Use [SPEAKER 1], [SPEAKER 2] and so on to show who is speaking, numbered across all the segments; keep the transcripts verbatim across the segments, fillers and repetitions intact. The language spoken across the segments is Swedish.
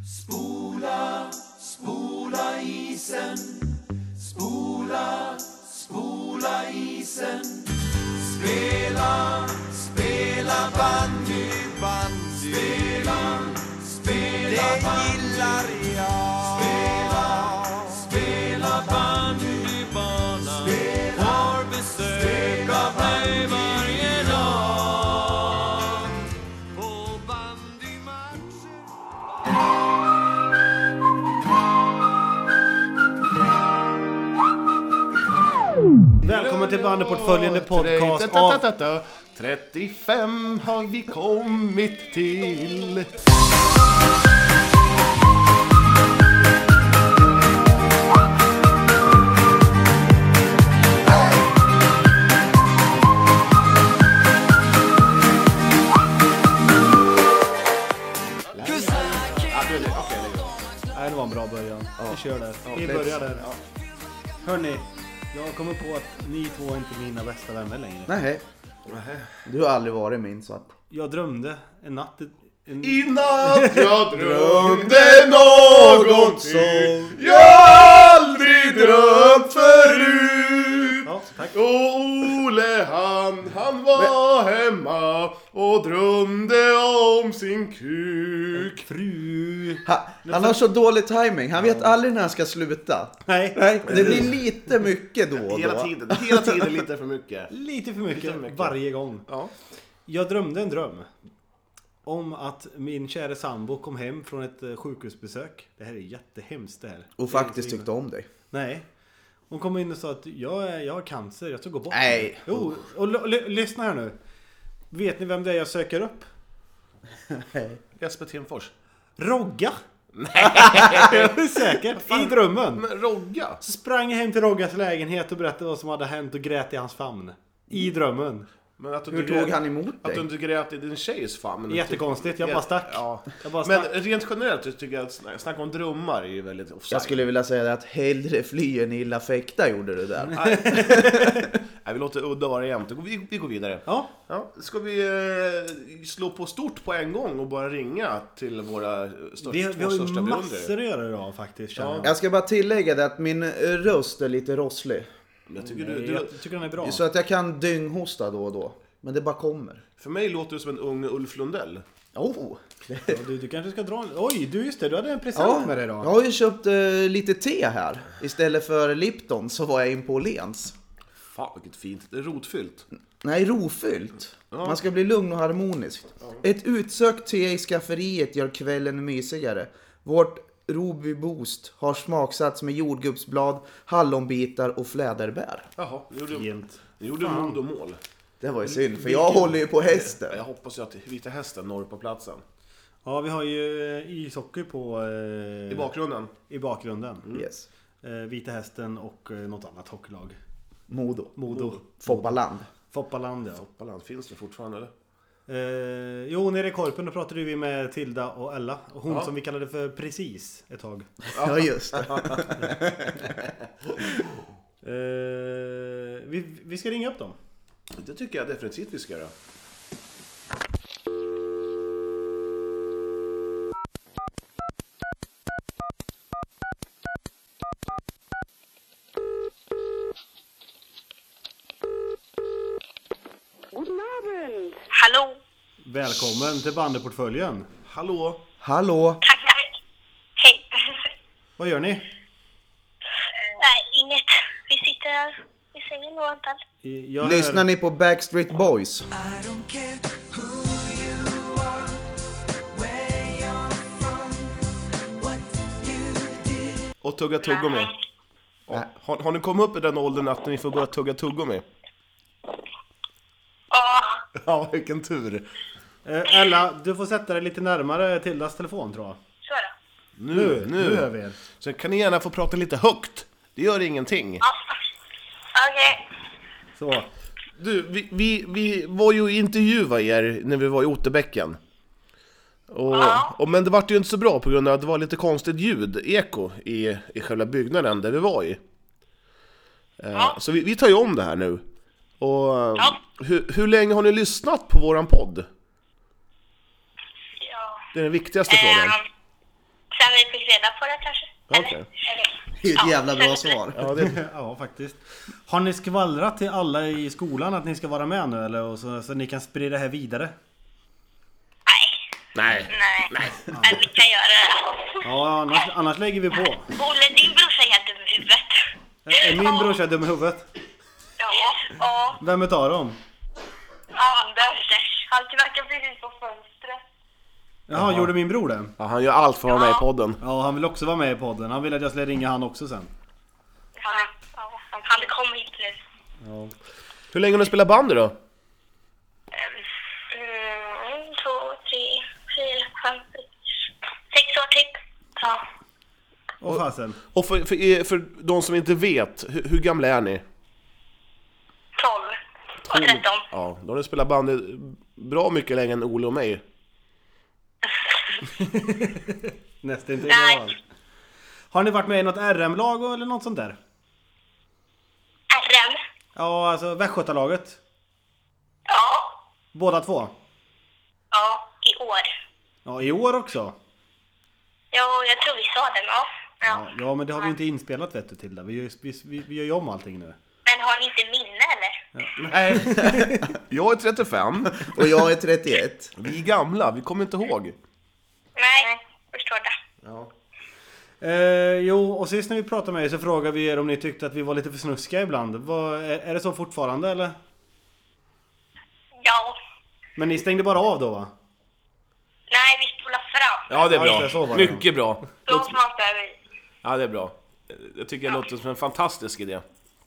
[SPEAKER 1] Spola, spola isen. Spola, spola isen. Spela, spela bandy, bandy. Spela, spela bandy. Det gillar jag. Spela, spela bandybana. Har besök av mig varje dag. På bandymatcher.
[SPEAKER 2] Välkommen till Bandyportföljen podcast av
[SPEAKER 3] trettiofem har vi kommit till.
[SPEAKER 2] Nej, det var en bra början.
[SPEAKER 3] Ja.
[SPEAKER 2] Vi kör där.
[SPEAKER 3] Ja,
[SPEAKER 2] Vi
[SPEAKER 3] let's-
[SPEAKER 2] börjar där.
[SPEAKER 3] ja.
[SPEAKER 2] Hörrni, jag kommer på att ni två är inte mina bästa vänner längre.
[SPEAKER 4] Nej, du har aldrig varit min så att...
[SPEAKER 2] Jag drömde en natt... En...
[SPEAKER 3] I natt jag drömde någonting jag aldrig drömt förut.
[SPEAKER 2] Ja, tack.
[SPEAKER 3] Och Ole han, han var hemma och drömde om sin kuk.
[SPEAKER 2] Fru...
[SPEAKER 4] Ha, han har så dålig timing. Han vet aldrig när han ska sluta.
[SPEAKER 2] Nej.
[SPEAKER 4] Nej, det blir lite mycket då och då.
[SPEAKER 3] Hela tiden, hela tiden lite för mycket.
[SPEAKER 2] Lite för mycket,
[SPEAKER 3] Lite för mycket.
[SPEAKER 2] varje gång.
[SPEAKER 3] Ja.
[SPEAKER 2] Jag drömde en dröm om att min kära sambo kom hem från ett eh, sjukhusbesök. Det här är jättehemskt det här.
[SPEAKER 4] Och faktiskt tyckte om dig.
[SPEAKER 2] Nej. Hon kom in och sa att jag, är, jag har cancer, jag ska gå bort.
[SPEAKER 4] Nej.
[SPEAKER 2] Jo, och l- l- lyssna här nu. Vet ni vem det är jag söker upp?
[SPEAKER 3] Jesper Tenfors.
[SPEAKER 2] Rogga! Nej! Jag är säker. I drömmen.
[SPEAKER 3] Men Rogga?
[SPEAKER 2] Så sprang jag hem till Roggas lägenhet och berättade vad som hade hänt och grät i hans famn. I drömmen.
[SPEAKER 3] Men att du
[SPEAKER 4] Hur
[SPEAKER 3] inte
[SPEAKER 4] tog
[SPEAKER 3] grät-
[SPEAKER 4] han emot
[SPEAKER 3] Att du
[SPEAKER 4] dig?
[SPEAKER 3] inte grät i din tjejs famn.
[SPEAKER 2] Jättekonstigt, jag bara stack.
[SPEAKER 3] Ja.
[SPEAKER 2] Jag bara
[SPEAKER 3] Men
[SPEAKER 2] stack.
[SPEAKER 3] rent generellt tycker jag att sna- snacka om drömmar är ju väldigt offside.
[SPEAKER 4] Jag skulle vilja säga att hellre fly än illa fäkta gjorde du där.
[SPEAKER 3] Nej, vi låter udda vara jämt. Vi, vi går vidare.
[SPEAKER 2] Ja.
[SPEAKER 3] Ja, ska vi eh, slå på stort på en gång och bara ringa till våra största,
[SPEAKER 2] Vi, har- vi har ju
[SPEAKER 3] största
[SPEAKER 2] massor
[SPEAKER 3] beundrare?
[SPEAKER 2] att göra idag faktiskt. känner
[SPEAKER 3] Ja.
[SPEAKER 2] jag.
[SPEAKER 4] Jag ska bara tillägga det att min röst är lite rosslig.
[SPEAKER 3] Jag tycker du,
[SPEAKER 2] Nej,
[SPEAKER 3] du,
[SPEAKER 2] jag tycker den är bra.
[SPEAKER 4] Så att jag kan dynghosta då och då. Men det bara kommer.
[SPEAKER 3] för mig låter du som en ung Ulf Lundell.
[SPEAKER 4] Oh.
[SPEAKER 2] Ja, du, du kanske ska dra en... Oj, du just det, du hade en present
[SPEAKER 4] Ja,
[SPEAKER 2] med dig
[SPEAKER 4] jag
[SPEAKER 2] då.
[SPEAKER 4] har ju köpt eh, lite te här. Istället för Lipton så var jag in på Åhléns.
[SPEAKER 3] Fan, vilket fint. Det är rotfyllt.
[SPEAKER 4] Nej, rofyllt. Man ska bli lugn och harmonisk. Ett utsökt te i skafferiet gör kvällen mysigare. Vårt Roby Boost har smaksats med jordgubbsblad, hallonbitar och fläderbär.
[SPEAKER 3] Jaha, du gjorde,
[SPEAKER 2] Fint.
[SPEAKER 3] du gjorde mod och mål.
[SPEAKER 4] Det var ju synd, för jag håller ju på hästen.
[SPEAKER 3] Jag hoppas ju att Vita Hästen norr på platsen.
[SPEAKER 2] Ja, vi har ju eh, ishockey på... Eh,
[SPEAKER 3] I bakgrunden.
[SPEAKER 2] I bakgrunden.
[SPEAKER 4] Yes.
[SPEAKER 2] Eh, Vita Hästen och eh, något annat hockeylag.
[SPEAKER 4] Modo.
[SPEAKER 2] Modo.
[SPEAKER 4] Foppaland.
[SPEAKER 2] Foppaland, ja.
[SPEAKER 3] Balans, finns det fortfarande eller?
[SPEAKER 2] Eh, jo, nere i Korpen då pratade vi med Tilda och Ella. Och hon
[SPEAKER 3] Ja.
[SPEAKER 2] som vi kallade för Precis ett tag.
[SPEAKER 4] Ja, just det.
[SPEAKER 2] Eh, vi, vi ska ringa upp dem.
[SPEAKER 3] Det tycker jag definitivt vi ska göra.
[SPEAKER 5] God morgon! Hallå!
[SPEAKER 2] Välkommen till Bandyportföljen.
[SPEAKER 3] Hallå?
[SPEAKER 4] Hallå?
[SPEAKER 5] Tackar! Hej!
[SPEAKER 2] Vad gör ni?
[SPEAKER 5] Nej, inget. Vi sitter här i sängen och väntar.
[SPEAKER 2] I- Jag
[SPEAKER 4] Lyssnar
[SPEAKER 2] hör-
[SPEAKER 4] ni på Backstreet Boys?
[SPEAKER 1] I don't care who you are, where you're from, what you did.
[SPEAKER 3] Och tugga tuggummi. Ja. Har, har ni kommit upp i den åldern att ni får börja tugga tuggummi?
[SPEAKER 5] Ja,
[SPEAKER 3] Ja, vilken tur.
[SPEAKER 2] Eh, Ella, du får sätta dig lite närmare Tildas telefon tror jag.
[SPEAKER 5] så då.
[SPEAKER 3] Nu,
[SPEAKER 2] Nu hör
[SPEAKER 3] nu.
[SPEAKER 2] vi er.
[SPEAKER 3] Så kan ni gärna få prata lite högt. Det gör ingenting.
[SPEAKER 5] Ja. Okej.
[SPEAKER 2] Så.
[SPEAKER 3] Du, vi, vi, vi var ju intervjua er när vi var i Otterbäcken. Och,
[SPEAKER 5] Ja.
[SPEAKER 3] och, men det var ju inte så bra på grund av att det var lite konstigt ljud, eko, i, i själva byggnaden där vi var i. Eh,
[SPEAKER 5] Ja.
[SPEAKER 3] Så vi, vi tar ju om det här nu. Och
[SPEAKER 5] Ja.
[SPEAKER 3] hur, hur länge har ni lyssnat på våran podd?
[SPEAKER 5] Ja.
[SPEAKER 3] Det är den viktigaste frågan.
[SPEAKER 5] Ehm, Sen vi fick reda på det kanske.
[SPEAKER 3] Okej.
[SPEAKER 4] Det är ett jävla bra svar.
[SPEAKER 3] Ja, det...
[SPEAKER 2] Ja, faktiskt. Har ni skvallrat till alla i skolan att ni ska vara med nu eller? Och så, så ni kan sprida det här vidare?
[SPEAKER 5] Nej,
[SPEAKER 3] Nej.
[SPEAKER 5] nej. Men vi kan göra det.
[SPEAKER 2] Ja, annars, annars lägger vi på.
[SPEAKER 5] Olle, din brorsa är helt dum i huvudet.
[SPEAKER 2] Är min brorsa dum i huvudet?
[SPEAKER 5] Ja. Ja.
[SPEAKER 2] Vem utav dem?
[SPEAKER 5] Anders. Han knackar precis på fönstret.
[SPEAKER 2] Jaha, gjorde min bror det?
[SPEAKER 3] Ja, han gör allt för att vara med i podden.
[SPEAKER 2] Ja, han vill också vara med i podden. Han vill att jag ska ringa han också sen.
[SPEAKER 5] Han, han kommer hit nu.
[SPEAKER 2] Ja.
[SPEAKER 3] Hur länge har ni spelat bandy då?
[SPEAKER 5] Mm, två, tre, fyra, fem, sex, sex år typ. Ja.
[SPEAKER 2] Och fasen.
[SPEAKER 3] Och för, för, för de som inte vet, hur, hur gamla är ni?
[SPEAKER 5] tolv och tretton.
[SPEAKER 3] Ja, då har ni spelat bandy bra mycket längre än Olle och mig.
[SPEAKER 2] Nästan inte
[SPEAKER 5] Nej.
[SPEAKER 2] bra. Har ni varit med i något R M-lag eller något sånt där?
[SPEAKER 5] R M.
[SPEAKER 2] Ja, alltså Västgötalaget.
[SPEAKER 5] Ja.
[SPEAKER 2] Båda två.
[SPEAKER 5] Ja, i år.
[SPEAKER 2] Ja, i år också.
[SPEAKER 5] Ja, jag tror vi sa det, ja.
[SPEAKER 2] Ja,
[SPEAKER 5] Ja.
[SPEAKER 2] ja men det har vi inte inspelat vet du till det. Vi, gör- vi, vi, vi gör ju om allting nu.
[SPEAKER 5] Men har ni inte minne eller?
[SPEAKER 3] Nej. Jag är trettiofem.
[SPEAKER 4] Och jag är trettioett.
[SPEAKER 3] Vi är gamla, vi kommer inte ihåg.
[SPEAKER 5] Nej, förstår det.
[SPEAKER 3] Ja.
[SPEAKER 2] Eh, jo, och sist när vi pratade med er så frågade vi er om ni tyckte att vi var lite för snuskiga ibland. Vad, är, är det så fortfarande eller?
[SPEAKER 5] Ja.
[SPEAKER 2] Men ni stängde bara av då va?
[SPEAKER 5] Nej, vi spolar fram.
[SPEAKER 3] Ja, det är
[SPEAKER 2] Ja, just det, så
[SPEAKER 3] bra.
[SPEAKER 2] var det.
[SPEAKER 3] Mycket bra.
[SPEAKER 5] Då pratar vi.
[SPEAKER 3] Ja, det är bra. Jag tycker det låter som en fantastisk idé.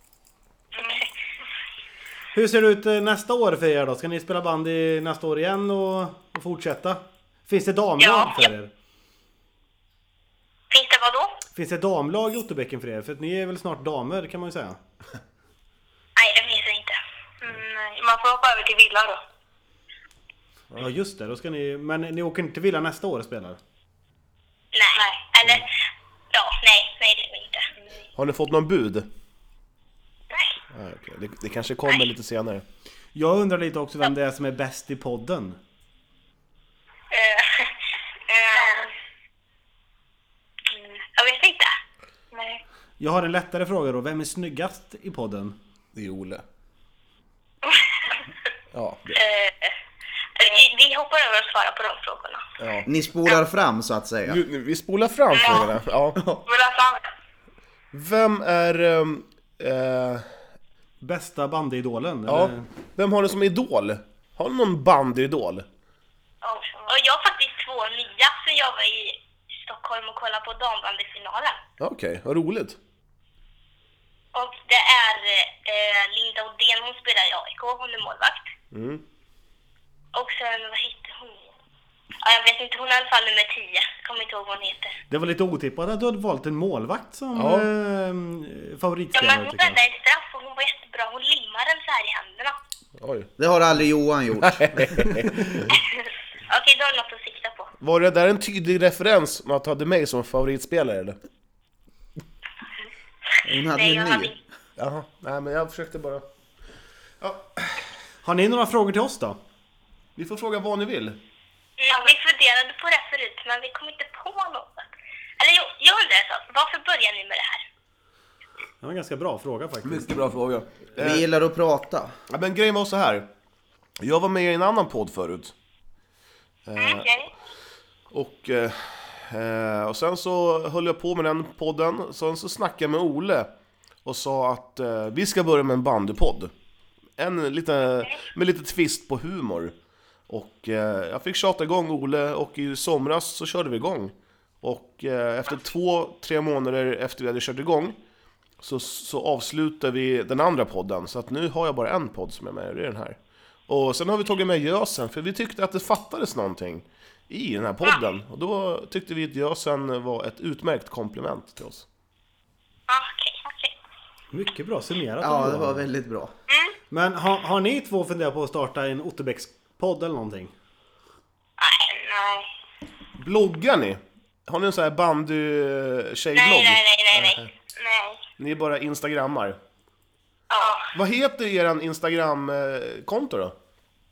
[SPEAKER 2] Hur ser det ut eh, nästa år för er då? Ska ni spela bandy nästa år igen och, och fortsätta? Finns det damlag
[SPEAKER 5] Ja.
[SPEAKER 2] för er?
[SPEAKER 5] Finns det vad då?
[SPEAKER 2] Finns det damlag i Otterbäcken för er? För att ni är väl snart damer kan man ju säga.
[SPEAKER 5] Nej, det finns det inte. Mm, man får hoppa över till villa då.
[SPEAKER 2] Ja just det, då ska ni... Men ni åker inte till Villa nästa år och spelar?
[SPEAKER 5] Nej. nej. Eller, ja, nej, nej det är vi inte.
[SPEAKER 3] Har ni fått någon bud?
[SPEAKER 5] Nej.
[SPEAKER 3] Ja, okej. det, det kanske kommer lite senare.
[SPEAKER 2] Jag undrar lite också vem det är som är bäst i podden.
[SPEAKER 5] Eh, eh, mm, jag vet inte. Nej.
[SPEAKER 2] Jag har en lättare fråga då. Vem är snyggast i podden?
[SPEAKER 3] Det är Olle. Ja, det,
[SPEAKER 5] Eh, vi, vi hoppar över och svarar på de frågorna.
[SPEAKER 3] ja.
[SPEAKER 4] Ni spolar fram så att säga.
[SPEAKER 3] Nu, nu, vi spolar fram frågorna. Ja.
[SPEAKER 5] Vill du ha
[SPEAKER 3] Vem är... ehm, eh,
[SPEAKER 2] Bästa bandyidolen?
[SPEAKER 3] ja.
[SPEAKER 2] eller?
[SPEAKER 3] Vem har ni som idol? Har ni någon bandyidol?
[SPEAKER 5] Och jag har faktiskt två nya, för jag var i Stockholm och kollade på dambandyfinalen.
[SPEAKER 3] Okej, vad roligt.
[SPEAKER 5] Och det är eh, Linda Odén, hon spelar i A I K, hon är målvakt.
[SPEAKER 3] Mm.
[SPEAKER 5] Och sen, vad heter hon? Ja, jag vet inte, hon är i alla fall nummer tio. Kommer inte ihåg vad hon heter.
[SPEAKER 2] Det var lite otippat att du hade valt en målvakt som
[SPEAKER 3] Ja.
[SPEAKER 2] eh,
[SPEAKER 5] Ja, men
[SPEAKER 2] favoritspelare
[SPEAKER 5] hon
[SPEAKER 2] tycker jag.
[SPEAKER 5] räddade ett straff och hon var jättebra. Hon limmar den så här i händerna.
[SPEAKER 3] Oj.
[SPEAKER 4] Det har aldrig Johan gjort.
[SPEAKER 5] Okej, då har du något att sikta på.
[SPEAKER 3] Var det där en tydlig referens med att du hade mig som favoritspelare eller?
[SPEAKER 4] Hon hade
[SPEAKER 5] Nej,
[SPEAKER 4] en
[SPEAKER 5] jag har
[SPEAKER 4] ny.
[SPEAKER 5] min.
[SPEAKER 3] Jaha, nej men jag försökte bara...
[SPEAKER 2] Har ni några frågor till oss då?
[SPEAKER 3] Ni får fråga vad ni vill.
[SPEAKER 5] Ja, vi funderade på det förut, men vi kom inte på något. Eller jo, jag undrar så. Varför börjar ni med det här?
[SPEAKER 2] Det var en ganska bra fråga faktiskt.
[SPEAKER 3] Mycket bra fråga.
[SPEAKER 4] Vi gillar att prata.
[SPEAKER 3] Ja, men grejen var så här. Jag var med i en annan podd förut.
[SPEAKER 5] Mm, okej.
[SPEAKER 3] Och, eh, eh, och sen så höll jag på med den podden. Sen så snackade jag med Ole och sa att eh, vi ska börja med en bandypodd. En lite, med lite twist på humor. Och eh, jag fick tjata igång Ole och i somras så körde vi igång. Och eh, efter två, tre månader efter vi hade kört igång så, så avslutar vi den andra podden. Så att nu har jag bara en podd som är med, det är den här. Och sen har vi tagit med Gösen, för vi tyckte att det fattades någonting i den här podden. Och då tyckte vi att Gösen var ett utmärkt komplement till oss.
[SPEAKER 5] Okej, okej.
[SPEAKER 2] Mycket bra summerat.
[SPEAKER 4] Ja,
[SPEAKER 2] ändå.
[SPEAKER 4] det var väldigt bra.
[SPEAKER 2] Men har, har ni två funderat på att starta en Otterbäckspodd eller någonting?
[SPEAKER 5] Nej, nej.
[SPEAKER 3] Bloggar ni? Har ni en sån här bandy-tjejblogg?
[SPEAKER 5] Nej, nej, nej, nej, nej. Nej.
[SPEAKER 3] Ni är bara instagrammar.
[SPEAKER 5] Ja.
[SPEAKER 3] Vad heter eran Instagram-konto då?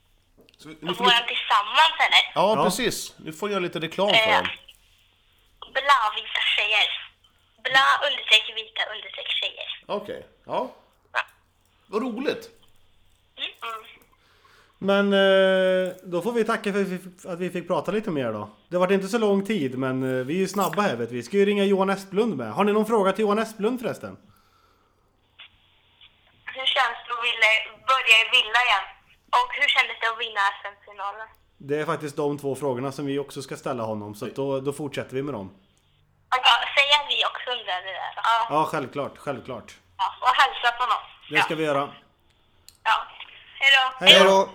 [SPEAKER 3] Så ni får
[SPEAKER 5] Våran
[SPEAKER 3] lite...
[SPEAKER 5] tillsammans, eller?
[SPEAKER 3] Ja,
[SPEAKER 2] Ja.
[SPEAKER 3] precis. Nu får jag göra lite reklam för
[SPEAKER 5] Eh,
[SPEAKER 3] den.
[SPEAKER 5] Bla-vita tjejer. Bla understreck vita understreck tjejer.
[SPEAKER 3] Okej, ja. Vad roligt.
[SPEAKER 5] Mm, mm.
[SPEAKER 2] Men eh, då får vi tacka för att vi fick- att vi fick prata lite mer då. Det var inte så lång tid, men eh, vi är ju snabba här vet vi. Ska ju ringa Johan Esplund med. Har ni någon fråga till Johan Esplund förresten?
[SPEAKER 5] Hur känns det att vilja börja i Villa igen? Och hur kändes det att vinna S M-finalen?
[SPEAKER 2] Det är faktiskt de två frågorna som vi också ska ställa honom. Så att då, då fortsätter vi med dem.
[SPEAKER 5] Ja, säg att vi också undrar det där. Ja,
[SPEAKER 2] Ja, självklart. Självklart.
[SPEAKER 5] ja. Och hälsa på någon.
[SPEAKER 2] Det ska vi göra.
[SPEAKER 5] Ja. Hej då.
[SPEAKER 2] Hej
[SPEAKER 4] Hej
[SPEAKER 2] då!
[SPEAKER 4] då!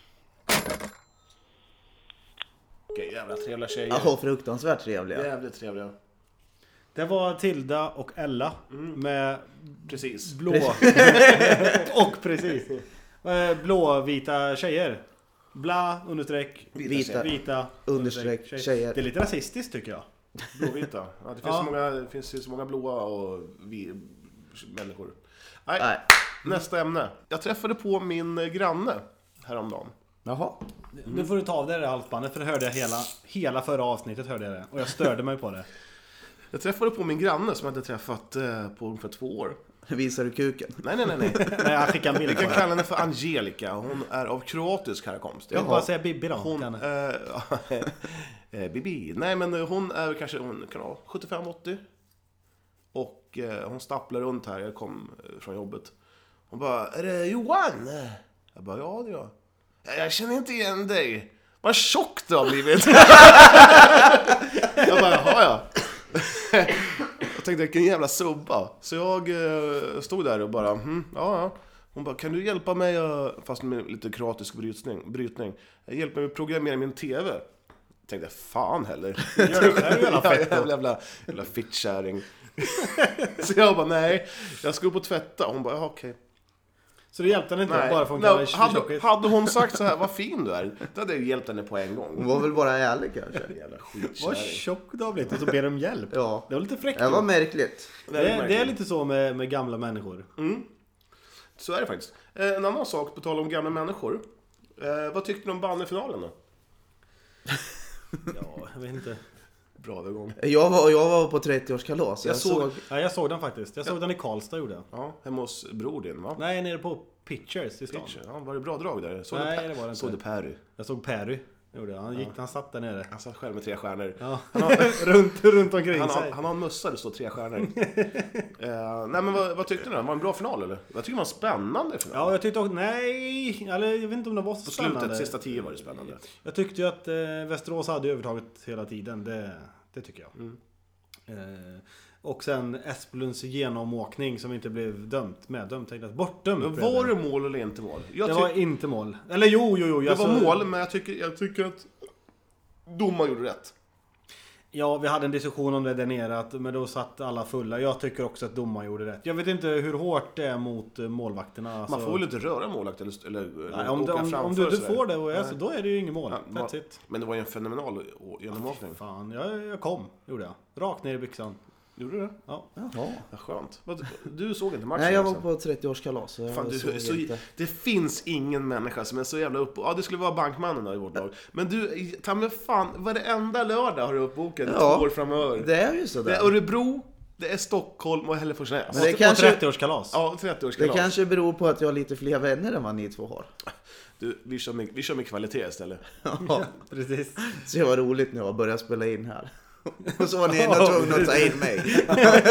[SPEAKER 3] Okej, jävla trevliga tjejer.
[SPEAKER 4] Ja, fruktansvärt trevliga.
[SPEAKER 3] Jävligt trevliga.
[SPEAKER 2] Det var Tilda och Ella med
[SPEAKER 3] Precis.
[SPEAKER 2] blå... och precis. Eh, Blåvita tjejer. Bla, understreck,
[SPEAKER 4] Vita.
[SPEAKER 2] vita,
[SPEAKER 4] Understreck, tjejer.
[SPEAKER 2] Det är lite rasistiskt tycker jag.
[SPEAKER 3] Blåvita. Ja, det, finns
[SPEAKER 2] Ja.
[SPEAKER 3] så många, det finns ju så många blåa och vi, människor. Nej.
[SPEAKER 4] Nej.
[SPEAKER 3] Nästa ämne. Jag träffade på min eh, granne häromdagen.
[SPEAKER 4] Jaha.
[SPEAKER 2] Nu får du ta av dig det där halsbandet för det hörde jag hela, hela förra avsnittet hörde jag det. Och jag störde mig på det.
[SPEAKER 3] Jag träffade på min granne som jag hade träffat eh, på ungefär två år.
[SPEAKER 4] Visar du kuken?
[SPEAKER 3] Nej, nej, nej, nej.
[SPEAKER 2] Nej, jag skickar en
[SPEAKER 3] Vi
[SPEAKER 2] bild på
[SPEAKER 3] kan
[SPEAKER 2] det.
[SPEAKER 3] kalla henne för Angelica. Hon är av kroatisk härkomst.
[SPEAKER 2] Jag vill bara säga Bibi då.
[SPEAKER 3] Hon,
[SPEAKER 2] Hon,
[SPEAKER 3] eh, eh, Bibi. Nej, men eh, hon är kanske hon kan ha sjuttiofem åttio. Och eh, hon stapplar runt här. Jag kom eh, från jobbet. Hon bara, är det Johan? Jag bara, ja det är jag. "Ja, jag känner inte igen dig. Vad tjock du har blivit. Jag bara, jaha ja. Jag tänkte, vilken jävla subba. Så jag eh, stod där och bara, hm, ja ja. Hon bara, kan du hjälpa mig, eh, fast med lite kroatisk brytning, brytning. Hjälp mig att programmera min tv. Jag tänkte, fan heller.
[SPEAKER 2] Gör det själv, jävla
[SPEAKER 3] Ja,
[SPEAKER 2] fett då.
[SPEAKER 3] jävla, jävla, jävla fittkärring. Så jag bara, nej, jag ska upp och tvätta. Hon bara, ja, okej.
[SPEAKER 2] så det hjälpte henne inte
[SPEAKER 3] Nej.
[SPEAKER 2] bara för att hon
[SPEAKER 3] No,
[SPEAKER 2] kallade
[SPEAKER 3] hade,
[SPEAKER 2] tjockis.
[SPEAKER 3] hade hon sagt så här, vad fin du är, då hade jag hjälpt henne på en
[SPEAKER 4] Hon
[SPEAKER 3] gång.
[SPEAKER 4] var väl bara ärlig kanske?
[SPEAKER 3] Jävla
[SPEAKER 2] Vad
[SPEAKER 3] skitkärring.
[SPEAKER 2] tjock du har blivit och så ber de om hjälp.
[SPEAKER 4] Ja.
[SPEAKER 2] Det var lite fräckt.
[SPEAKER 4] Det var märkligt.
[SPEAKER 2] det, är, det är lite så med, med gamla människor.
[SPEAKER 3] Så är det faktiskt. Eh, En annan sak, på tal om gamla människor. Eh, vad tyckte du om bandyfinalen då?
[SPEAKER 2] Ja, jag vet inte.
[SPEAKER 3] Bra övergång.
[SPEAKER 4] Jag var, jag var på trettioårskalas. Jag,
[SPEAKER 3] Jag såg-
[SPEAKER 4] såg...
[SPEAKER 2] Ja, jag såg den faktiskt. Jag såg den i Karlstad gjorde jag.
[SPEAKER 3] Ja, hemma hos bror din, va?
[SPEAKER 2] Nej, nere på Pitchers i stan.
[SPEAKER 3] Ja, var det bra drag där? Såg
[SPEAKER 2] Nej,
[SPEAKER 3] du Per-
[SPEAKER 2] det var det inte.
[SPEAKER 3] Såg du Perry?
[SPEAKER 2] Jag såg Perry. Gjorde jag. Han, gick, han satt där nere.
[SPEAKER 3] Han satt själv med tre stjärnor.
[SPEAKER 2] Ja. runt, runt omkring
[SPEAKER 3] Han har,
[SPEAKER 2] sig.
[SPEAKER 3] han har en mössa, det står tre stjärnor. eh, nej men vad, vad tyckte du då? Var det en bra final eller? Jag tycker det var en spännande final.
[SPEAKER 2] Ja, jag tyckte också, nej, eller jag vet inte om det var så
[SPEAKER 3] På
[SPEAKER 2] spännande.
[SPEAKER 3] slutet, sista tio var det spännande.
[SPEAKER 2] Jag tyckte ju att eh, Västerås hade övertaget hela tiden, det, det tycker jag.
[SPEAKER 3] Mm.
[SPEAKER 2] Eh, och sen Esplunds genomåkning som inte blev dömt, meddömt, tänkte jag, bortdömt.
[SPEAKER 3] Men
[SPEAKER 2] blev
[SPEAKER 3] var
[SPEAKER 2] det.
[SPEAKER 3] det mål eller inte mål? Jag
[SPEAKER 2] Det
[SPEAKER 3] tyck-
[SPEAKER 2] var inte mål. Eller jo, jo, jo.
[SPEAKER 3] det
[SPEAKER 2] alltså-
[SPEAKER 3] var mål, men jag tycker, jag tycker att domaren gjorde rätt.
[SPEAKER 2] Ja, vi hade en diskussion om det där nere, att, men då satt alla fulla. Jag tycker också att domaren gjorde rätt. Jag vet inte hur hårt det är mot eh, målvakterna. Alltså.
[SPEAKER 3] Man får väl inte röra målvakt eller, eller, eller
[SPEAKER 2] Nej, om, det,
[SPEAKER 3] åka
[SPEAKER 2] om,
[SPEAKER 3] framför
[SPEAKER 2] om du
[SPEAKER 3] och
[SPEAKER 2] inte
[SPEAKER 3] sådär.
[SPEAKER 2] får det, och är, så,
[SPEAKER 3] Nej.
[SPEAKER 2] då är det ju ingen mål.
[SPEAKER 3] Ja,
[SPEAKER 2] That's it.
[SPEAKER 3] Men det var ju en fenomenal genomåkning.
[SPEAKER 2] Fan, jag, jag kom, gjorde jag. Rakt ner i byxan.
[SPEAKER 3] Gjorde du det?
[SPEAKER 2] Ja.
[SPEAKER 4] Jaha.
[SPEAKER 3] Ja, skönt. Vad- Du såg inte matchen?
[SPEAKER 4] Nej, jag var
[SPEAKER 3] alltså?
[SPEAKER 4] på trettioårskalas. Så jag
[SPEAKER 3] Fan, du,
[SPEAKER 4] såg
[SPEAKER 3] så,
[SPEAKER 4] inte.
[SPEAKER 3] det finns ingen människa som är så jävla upp. Ja, det skulle vara bankmannen då i vårt lag. Men du, ta mig fan, varenda lördag har du uppbokat
[SPEAKER 4] Ja.
[SPEAKER 3] två år framöver.
[SPEAKER 4] Det är ju
[SPEAKER 3] Det
[SPEAKER 4] sådär.
[SPEAKER 3] är Örebro, det är Stockholm och Hälleforsnäs.
[SPEAKER 4] Men det
[SPEAKER 2] Och
[SPEAKER 4] kanske-
[SPEAKER 2] trettioårskalas.
[SPEAKER 3] Ja,
[SPEAKER 4] Det
[SPEAKER 3] trettioårskalas.
[SPEAKER 4] kanske beror på att jag har lite fler vänner än vad ni två har.
[SPEAKER 3] Du, vi, kör med, vi kör med kvalitet istället.
[SPEAKER 4] Ja.
[SPEAKER 2] Precis.
[SPEAKER 4] Så det var roligt när jag började spela in här. Och så var ni ändå tvungna att ta in mig.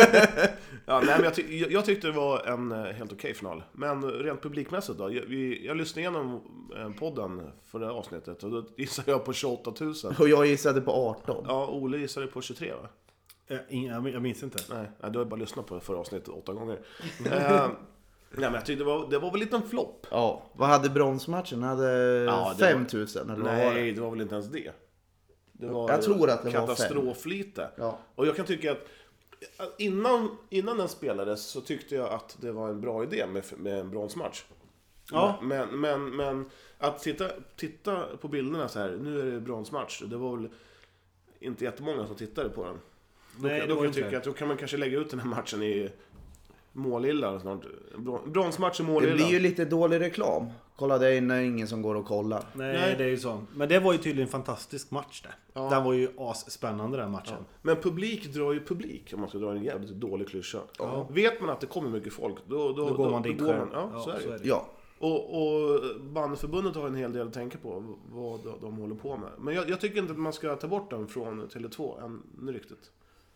[SPEAKER 3] Ja, nej, men jag, ty- jag, jag tyckte det var en eh, helt okej final. Men rent publikmässigt då. Jag, vi, jag lyssnade igenom eh, podden för det här avsnittet. Och då gissade jag på tjugoåtta tusen.
[SPEAKER 4] Och jag gissade på arton.
[SPEAKER 3] Ja, Ole gissade på tjugotre, va?
[SPEAKER 2] Jag, ing- jag minns inte.
[SPEAKER 3] Nej, nej, du har bara lyssnat på förra avsnittet åtta gånger. eh, nej, men jag tyckte det var, det var väl lite en flopp.
[SPEAKER 4] Ja, vad hade bronsmatchen? Hade
[SPEAKER 3] Ja, det
[SPEAKER 4] fem tusen eller vad var det?
[SPEAKER 3] Nej, det var väl inte ens det. Det var
[SPEAKER 4] Jag tror att det var
[SPEAKER 3] katastroflite.
[SPEAKER 4] Ja.
[SPEAKER 3] Och jag kan tycka att innan, innan den spelades så tyckte jag att det var en bra idé med, med en bronsmatch.
[SPEAKER 2] Ja.
[SPEAKER 3] Men, men, men att titta, titta på bilderna så här, nu är det bronsmatch. Det var väl inte jättemånga som tittade på den. Då,
[SPEAKER 2] Nej,
[SPEAKER 3] kan-
[SPEAKER 2] det
[SPEAKER 3] då
[SPEAKER 2] var
[SPEAKER 3] kan jag
[SPEAKER 2] inte
[SPEAKER 3] tycka
[SPEAKER 2] det.
[SPEAKER 3] att då kan man kanske lägga ut den här matchen i Målilla snart. Bron- Bronsmatch i
[SPEAKER 4] Det
[SPEAKER 3] Målilla.
[SPEAKER 4] blir ju lite dålig reklam. Kolla, det är när ingen som går och kollar.
[SPEAKER 2] Nej,
[SPEAKER 3] Nej.
[SPEAKER 2] det är ju så. Men det var ju tydligen en fantastisk match det.
[SPEAKER 3] Ja.
[SPEAKER 2] Den var ju asspännande den matchen.
[SPEAKER 3] Men publik drar ju publik, om man ska dra en jävligt dålig klyscha. Vet man att det kommer mycket folk, då, då,
[SPEAKER 2] Då går man dit
[SPEAKER 3] går
[SPEAKER 2] själv.
[SPEAKER 3] man. Ja,
[SPEAKER 2] Ja,
[SPEAKER 3] så är det.
[SPEAKER 4] Ja.
[SPEAKER 3] Och, och bandförbundet har en hel del att tänka på vad de, de håller på med. Men jag, jag tycker inte att man ska ta bort den från Tele två än riktigt.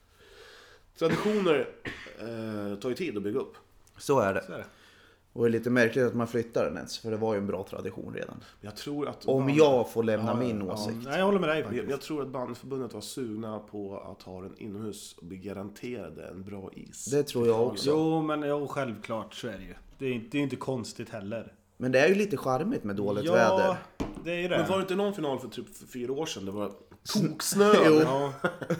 [SPEAKER 3] Traditioner eh, tar ju tid att bygga upp.
[SPEAKER 4] Så är det.
[SPEAKER 2] Så är det.
[SPEAKER 4] Och det är lite märkligt att man flyttar den ens. För det var ju en bra tradition redan.
[SPEAKER 3] Jag tror att
[SPEAKER 4] Om
[SPEAKER 3] band-
[SPEAKER 4] jag får lämna
[SPEAKER 3] Ja,
[SPEAKER 4] min
[SPEAKER 3] ja,
[SPEAKER 4] åsikt.
[SPEAKER 2] Nej, jag håller med dig
[SPEAKER 3] jag,
[SPEAKER 2] faktiskt.
[SPEAKER 3] jag tror att bandförbundet var sugna på att ha den inomhus och bli garanterade en bra is.
[SPEAKER 4] Det tror jag också.
[SPEAKER 2] Jo, men jo, självklart så är det ju. Det är, det är inte konstigt heller.
[SPEAKER 4] Men det är ju lite charmigt med dåligt
[SPEAKER 2] ja,
[SPEAKER 4] väder.
[SPEAKER 2] det är ju det.
[SPEAKER 3] Men var det inte någon final för typ för fyra år sedan? Det var toksnö.
[SPEAKER 4] Jo.
[SPEAKER 2] Ja.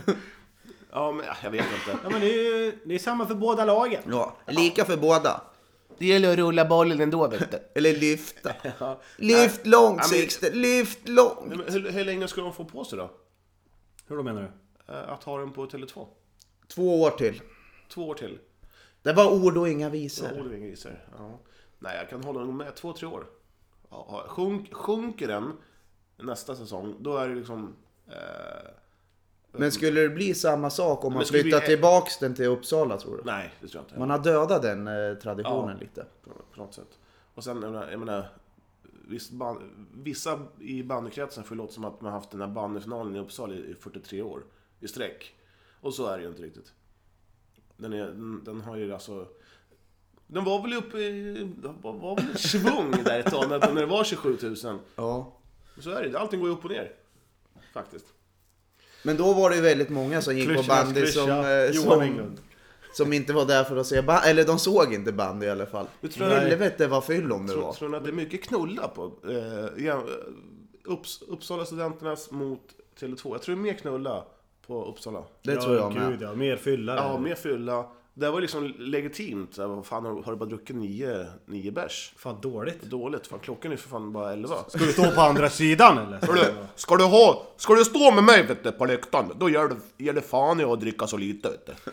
[SPEAKER 3] Ja, men jag vet inte.
[SPEAKER 2] ja, men det är ju det är samma för båda lagen.
[SPEAKER 4] Ja, lika för båda.
[SPEAKER 3] Det gäller att rulla bollen ändå, vet du.
[SPEAKER 4] Eller lyfta. Lyft långt,
[SPEAKER 3] Ja, men-
[SPEAKER 4] Sixten. Lyft långt.
[SPEAKER 3] Nej, men hur, hur länge ska de få på sig då?
[SPEAKER 2] Hur då menar du?
[SPEAKER 3] Eh, Att ha den på Tele två?
[SPEAKER 4] Två år till.
[SPEAKER 3] Två år till?
[SPEAKER 4] Det var ord och inga
[SPEAKER 3] Ja,
[SPEAKER 4] visor.
[SPEAKER 3] Olof Ingeisar. Ja. Nej, jag kan hålla nog med. Två, tre år. Ja, sjunk, sjunker den nästa säsong, då är det liksom... Eh,
[SPEAKER 4] Men skulle det bli samma sak om man
[SPEAKER 3] det skulle
[SPEAKER 4] flyttar
[SPEAKER 3] bli-
[SPEAKER 4] tillbaks den till Uppsala, tror du?
[SPEAKER 3] nej, det tror jag inte.
[SPEAKER 4] Man har dödat den eh, traditionen
[SPEAKER 3] Ja.
[SPEAKER 4] lite.
[SPEAKER 3] På, på något sätt. Och sen, jag menar, jag menar viss band, vissa i bandykretsen får det låta som att man har haft den här bandyfinalen i Uppsala i, i fyrtiotre år i sträck. Och så är det ju inte riktigt. Den, är, den, den har ju alltså... Den var väl uppe i... Var, var väl ett svung där ett tag när, när det var tjugosju tusen.
[SPEAKER 4] Ja.
[SPEAKER 3] Så är det, allting går ju upp och ner. Faktiskt.
[SPEAKER 4] Men då var det ju väldigt många som gick på
[SPEAKER 2] Klyschornas
[SPEAKER 4] bandy som,
[SPEAKER 2] klyscha,
[SPEAKER 4] eh,
[SPEAKER 2] Johan
[SPEAKER 4] som,
[SPEAKER 2] Englund.
[SPEAKER 4] som inte var där för att se bandy. Eller de såg inte bandy i alla fall.
[SPEAKER 3] Du tror jag-
[SPEAKER 4] Helvete vad fyllon det
[SPEAKER 3] Tror,
[SPEAKER 4] var.
[SPEAKER 3] tror ni att det är mycket knulla på eh, ja, Upps, Uppsala studenternas mot Tele två? Jag tror det är mer knulla på Uppsala.
[SPEAKER 4] Det
[SPEAKER 2] ja,
[SPEAKER 4] tror jag med.
[SPEAKER 2] gud, ja. Mer fylla.
[SPEAKER 3] Ja, mer fylla. Det var liksom legitimt. Så här, vad fan, har har du bara druckit nio, nio bärs?
[SPEAKER 2] Fan dåligt.
[SPEAKER 3] Dåligt, fan klockan är för fan bara elva.
[SPEAKER 2] Ska du stå på andra sidan eller?
[SPEAKER 3] Ska du, ska du, ha, ska du stå med mig, vet du, på läktaren, då gör det, gör det fan i att dricka så lite, vet du.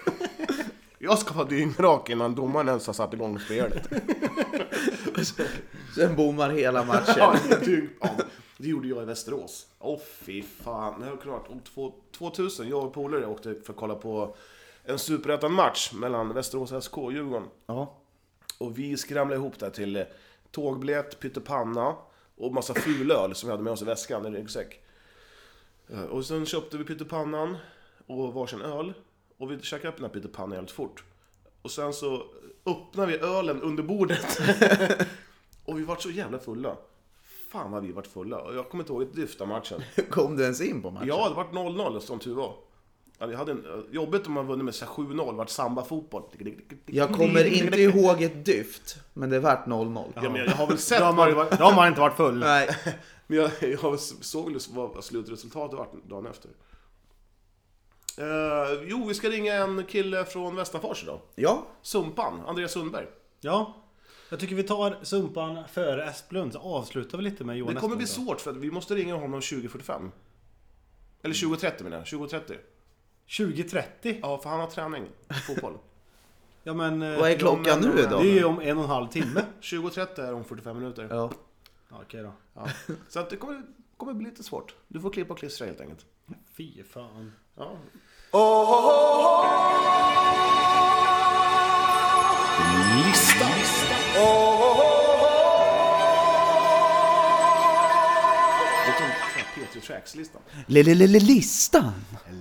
[SPEAKER 3] Jag ska vara dyngrak innan domaren ens har satt igång spelet.
[SPEAKER 4] Sen bommar hela matchen.
[SPEAKER 3] Ja, det, ja, det gjorde jag i Västerås. Åh fy fan, det har klart. Och två- tvåtusen, jag och polare åkte för att kolla på en superettan-match mellan Västerås S K och Djurgården.
[SPEAKER 4] Ja.
[SPEAKER 3] Och vi skramlade ihop där till eh, tågbiljett, pyttepanna och massa fulöl som vi hade med oss i väskan, en ryggsäck. Eh, Och sen köpte vi pyttepannan och varsin öl. Och vi käkade upp den här pyttepannan helt fort. Och sen så öppnade vi ölen under bordet. Och vi var så jävla fulla. Fan vad vi var fulla. Och jag kommer inte ihåg ett dyft av matchen.
[SPEAKER 4] Kom du ens in på matchen?
[SPEAKER 3] Ja, det var noll noll som tur var. Ja, vi hade en, jobbigt om man vunnit med så här sju noll, vart samba fotboll.
[SPEAKER 4] Jag kommer inte ihåg ett dyft. Men det vart noll noll.
[SPEAKER 3] Ja, men jag, jag har väl sett
[SPEAKER 2] Då har man,
[SPEAKER 3] vad,
[SPEAKER 2] då har man inte varit full.
[SPEAKER 4] Nej.
[SPEAKER 3] men jag, jag har väl såg väl vad slutresultatet var dagen efter. Uh, jo, vi ska ringa en kille från Västerfors idag.
[SPEAKER 4] Ja.
[SPEAKER 3] Sumpan, Andreas Sundberg.
[SPEAKER 2] Ja. Jag tycker vi tar Sumpan före Esplund, så avslutar vi lite med Johan
[SPEAKER 3] Det kommer bli
[SPEAKER 2] Esplund då.
[SPEAKER 3] svårt för att vi måste ringa honom tjugo fyrtiofem. Eller tjugo trettio menar jag, tjugo trettio.
[SPEAKER 2] tjugo trettio?
[SPEAKER 3] Ja, för han har träning i fotboll.
[SPEAKER 2] Ja men... eh,
[SPEAKER 4] Vad är klockan
[SPEAKER 3] men-
[SPEAKER 4] nu
[SPEAKER 3] men-
[SPEAKER 4] då?
[SPEAKER 2] Det är ju om en och en halv timme.
[SPEAKER 3] tjugo trettio är om fyrtiofem minuter.
[SPEAKER 4] Ja.
[SPEAKER 2] Ja, okej då.
[SPEAKER 3] Ja. Så att det kommer, kommer bli lite svårt. Du får klippa och klistra helt enkelt.
[SPEAKER 2] Fy fan.
[SPEAKER 3] Ja. Lista. Det är P tre Tracks-listan.
[SPEAKER 4] Listan.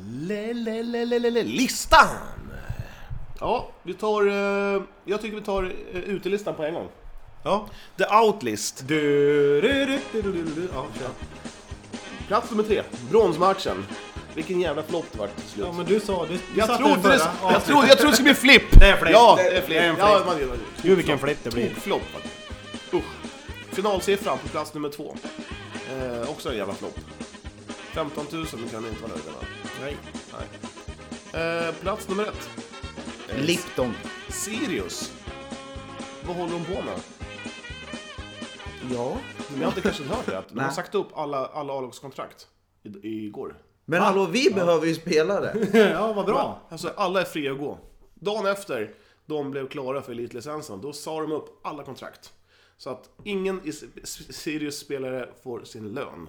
[SPEAKER 3] Listan! Ja, vi tar... eh, Jag tycker vi tar eh, utelistan på en gång.
[SPEAKER 2] Ja.
[SPEAKER 3] The Outlist.
[SPEAKER 2] Du, du, du, du, du, du. Ja, kör.
[SPEAKER 3] Plats nummer tre. Bronsmatchen. Vilken jävla flopp det var till slut.
[SPEAKER 2] Ja men du sa... Du, du
[SPEAKER 3] jag,
[SPEAKER 2] satte
[SPEAKER 3] trodde
[SPEAKER 2] den
[SPEAKER 3] det,
[SPEAKER 2] förra.
[SPEAKER 3] jag,
[SPEAKER 2] Ja,
[SPEAKER 3] trodde, jag trodde det skulle bli flipp.
[SPEAKER 2] Det är flipp.
[SPEAKER 3] Ja,
[SPEAKER 2] Det-
[SPEAKER 3] det är flipp.
[SPEAKER 2] det är en
[SPEAKER 3] Ja,
[SPEAKER 2] flipp.
[SPEAKER 3] man,
[SPEAKER 2] Gud vilken flipp det blir.
[SPEAKER 3] Flopp. Usch. Finalsiffran på plats nummer två. Eh, också en jävla flopp. femton tusen kan ni inte vara nöjda med.
[SPEAKER 2] Nej.
[SPEAKER 3] Nej. Eh, plats nummer ett. Eh,
[SPEAKER 4] Lipton.
[SPEAKER 3] Sirius. Vad håller de på med?
[SPEAKER 4] Ja.
[SPEAKER 3] Ni har inte kanske hört det? Att de har
[SPEAKER 4] Nej.
[SPEAKER 3] sagt upp alla, alla A-lagskontrakt i- igår.
[SPEAKER 4] Men hallå, vi behöver ju spelare.
[SPEAKER 2] Ja vad bra.
[SPEAKER 3] Alltså alla är fria att gå. Dagen efter, de blev klara för elitlicensen, då sa de upp alla kontrakt. Så att ingen i Sirius-spelare får sin lön.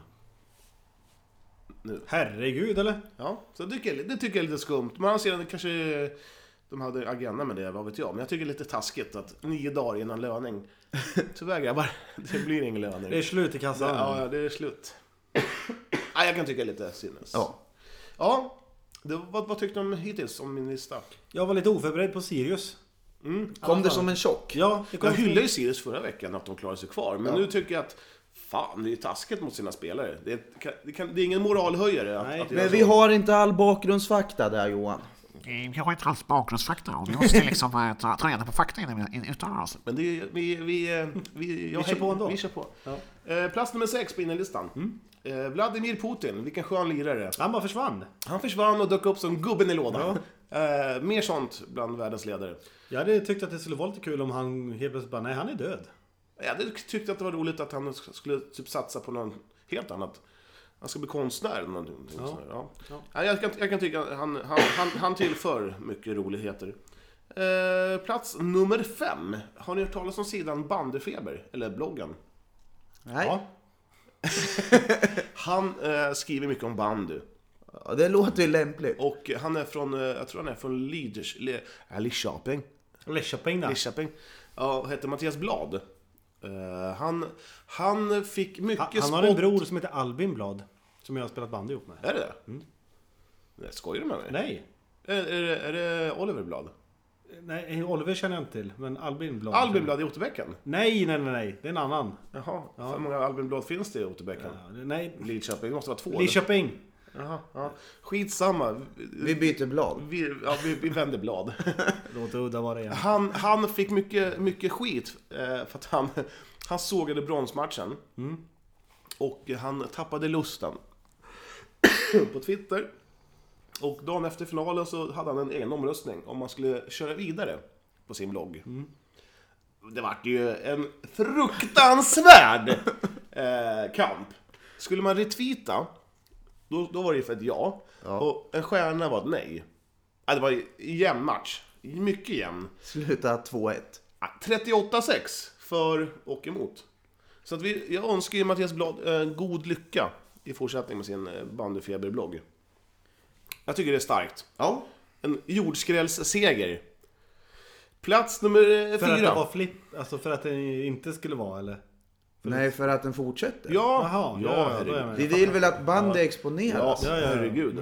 [SPEAKER 3] Nu.
[SPEAKER 2] Herregud, eller?
[SPEAKER 3] Ja, så det tycker, jag, det tycker jag är lite skumt. Men sedan kanske de hade agenda med det, vad vet jag. Men jag tycker det är lite taskigt att nio dagar innan löning. Tyvärr grabbar, det blir ingen löning.
[SPEAKER 2] Det är slut i kassan.
[SPEAKER 3] Ja, det är slut. Ja, jag kan tycka lite sinnes.
[SPEAKER 4] Ja.
[SPEAKER 3] Ja, det, vad, vad tyckte de hittills om min lista?
[SPEAKER 2] Jag var lite oförberedd på Sirius.
[SPEAKER 3] Mm.
[SPEAKER 4] Kom det som en chock?
[SPEAKER 2] Ja, det kom
[SPEAKER 3] Jag hyllade ju Sirius förra veckan att de klarade sig kvar. Men
[SPEAKER 4] Ja.
[SPEAKER 3] nu tycker jag att fan, det är taskigt mot sina spelare. Det är, det kan, det är ingen moralhöjare att,
[SPEAKER 2] Nej,
[SPEAKER 3] att göra
[SPEAKER 4] Men vi
[SPEAKER 3] så.
[SPEAKER 4] har inte all bakgrundsfakta där, Johan.
[SPEAKER 6] Jag har inte alls bakgrundsfakta och vi måste liksom eh, ta, ta reda på fakta innan vi uttalar oss.
[SPEAKER 3] Men det är, vi, vi, eh, vi, jag,
[SPEAKER 2] kör på ändå.
[SPEAKER 3] Vi kör på.
[SPEAKER 2] Ja.
[SPEAKER 3] Eh, plats nummer sex på innerlistan.
[SPEAKER 2] Mm.
[SPEAKER 3] Eh, Vladimir Putin, vilken skön lirare.
[SPEAKER 2] Han bara försvann.
[SPEAKER 3] Han försvann och dök upp som gubben i lådan. Eh, mer sånt bland världens ledare.
[SPEAKER 2] Jag hade tyckt att det skulle vara lite kul om han helt plötsligt bara, nej han är död.
[SPEAKER 3] Jag hade tyckt att det var roligt att han skulle typ satsa på något helt annat. Han ska bli konstnär eller någonting.
[SPEAKER 2] Ja.
[SPEAKER 3] sådär, Ja.
[SPEAKER 2] Ja.
[SPEAKER 3] Ja, jag, kan, jag kan tycka att han, han, han, han tillför mycket roligheter. Eh, plats nummer fem. Har ni hört talas om sidan Bandefeber? Eller bloggen?
[SPEAKER 4] Nej.
[SPEAKER 2] Ja.
[SPEAKER 3] Han eh, skriver mycket om bandy.
[SPEAKER 4] Ja, det låter ju lämpligt.
[SPEAKER 3] Och han är från, eh, jag tror han är från Liders, Le, äh, Lidköping.
[SPEAKER 2] Lidköping där.
[SPEAKER 3] Lidköping. Ja, heter Mattias Blad. Eh, han, han fick mycket
[SPEAKER 2] Han, han har en bror som heter Albin Blad. Som jag har spelat bandy ihop med.
[SPEAKER 3] Är det det? Mm. Nej, skojar du med mig?
[SPEAKER 2] Nej.
[SPEAKER 3] Är, är, det, är det Oliver Blad?
[SPEAKER 2] Nej, Oliver känner jag inte till. Men Albin Blad.
[SPEAKER 3] Albin Blad i Otterbäcken?
[SPEAKER 2] Nej, nej, nej, nej. Det är en annan.
[SPEAKER 3] Jaha, hur många Albin Blad finns det i Otterbäcken?
[SPEAKER 2] Ja, nej.
[SPEAKER 3] Lidköping, det måste vara två. eller?
[SPEAKER 2] Lidköping.
[SPEAKER 3] Jaha, ja. Skitsamma.
[SPEAKER 4] Vi byter blad.
[SPEAKER 3] Vi, ja, vi, vi vänder blad.
[SPEAKER 2] Låter udda vad det är.
[SPEAKER 3] Han, han fick mycket, mycket skit eh, för att han, han sågade bronsmatchen.
[SPEAKER 2] Mm.
[SPEAKER 3] Och han tappade lusten på Twitter. Och dagen efter finalen så hade han en egen omröstning om man skulle köra vidare på sin blogg.
[SPEAKER 2] Mm.
[SPEAKER 3] Det var ju en fruktansvärd eh, kamp. Skulle man retweeta, då, då var det för ett ja.
[SPEAKER 4] Ja.
[SPEAKER 3] Och en stjärna var ett nej. Ja, det var en jämn match. Mycket jämn.
[SPEAKER 4] Sluta två ett.
[SPEAKER 3] Ja, trettioåtta sex för och emot. Så att vi, jag önskar ju Mattias Blad eh, god lycka i fortsättning med sin eh, Bandyfeber-blogg. Jag tycker det är starkt.
[SPEAKER 4] Ja.
[SPEAKER 3] En jordskrällsseger. Plats nummer eh,
[SPEAKER 2] För att det
[SPEAKER 3] fyra.
[SPEAKER 2] var flipp. Alltså för att det inte skulle vara, eller?
[SPEAKER 4] Nej, för att den fortsätter.
[SPEAKER 3] Ja,
[SPEAKER 2] Jaha,
[SPEAKER 3] ja,
[SPEAKER 2] ja, då är jag med.
[SPEAKER 4] Vi vill väl att bandy
[SPEAKER 3] ja,
[SPEAKER 4] exponeras?
[SPEAKER 2] Ja, ja, ja.
[SPEAKER 3] herregud.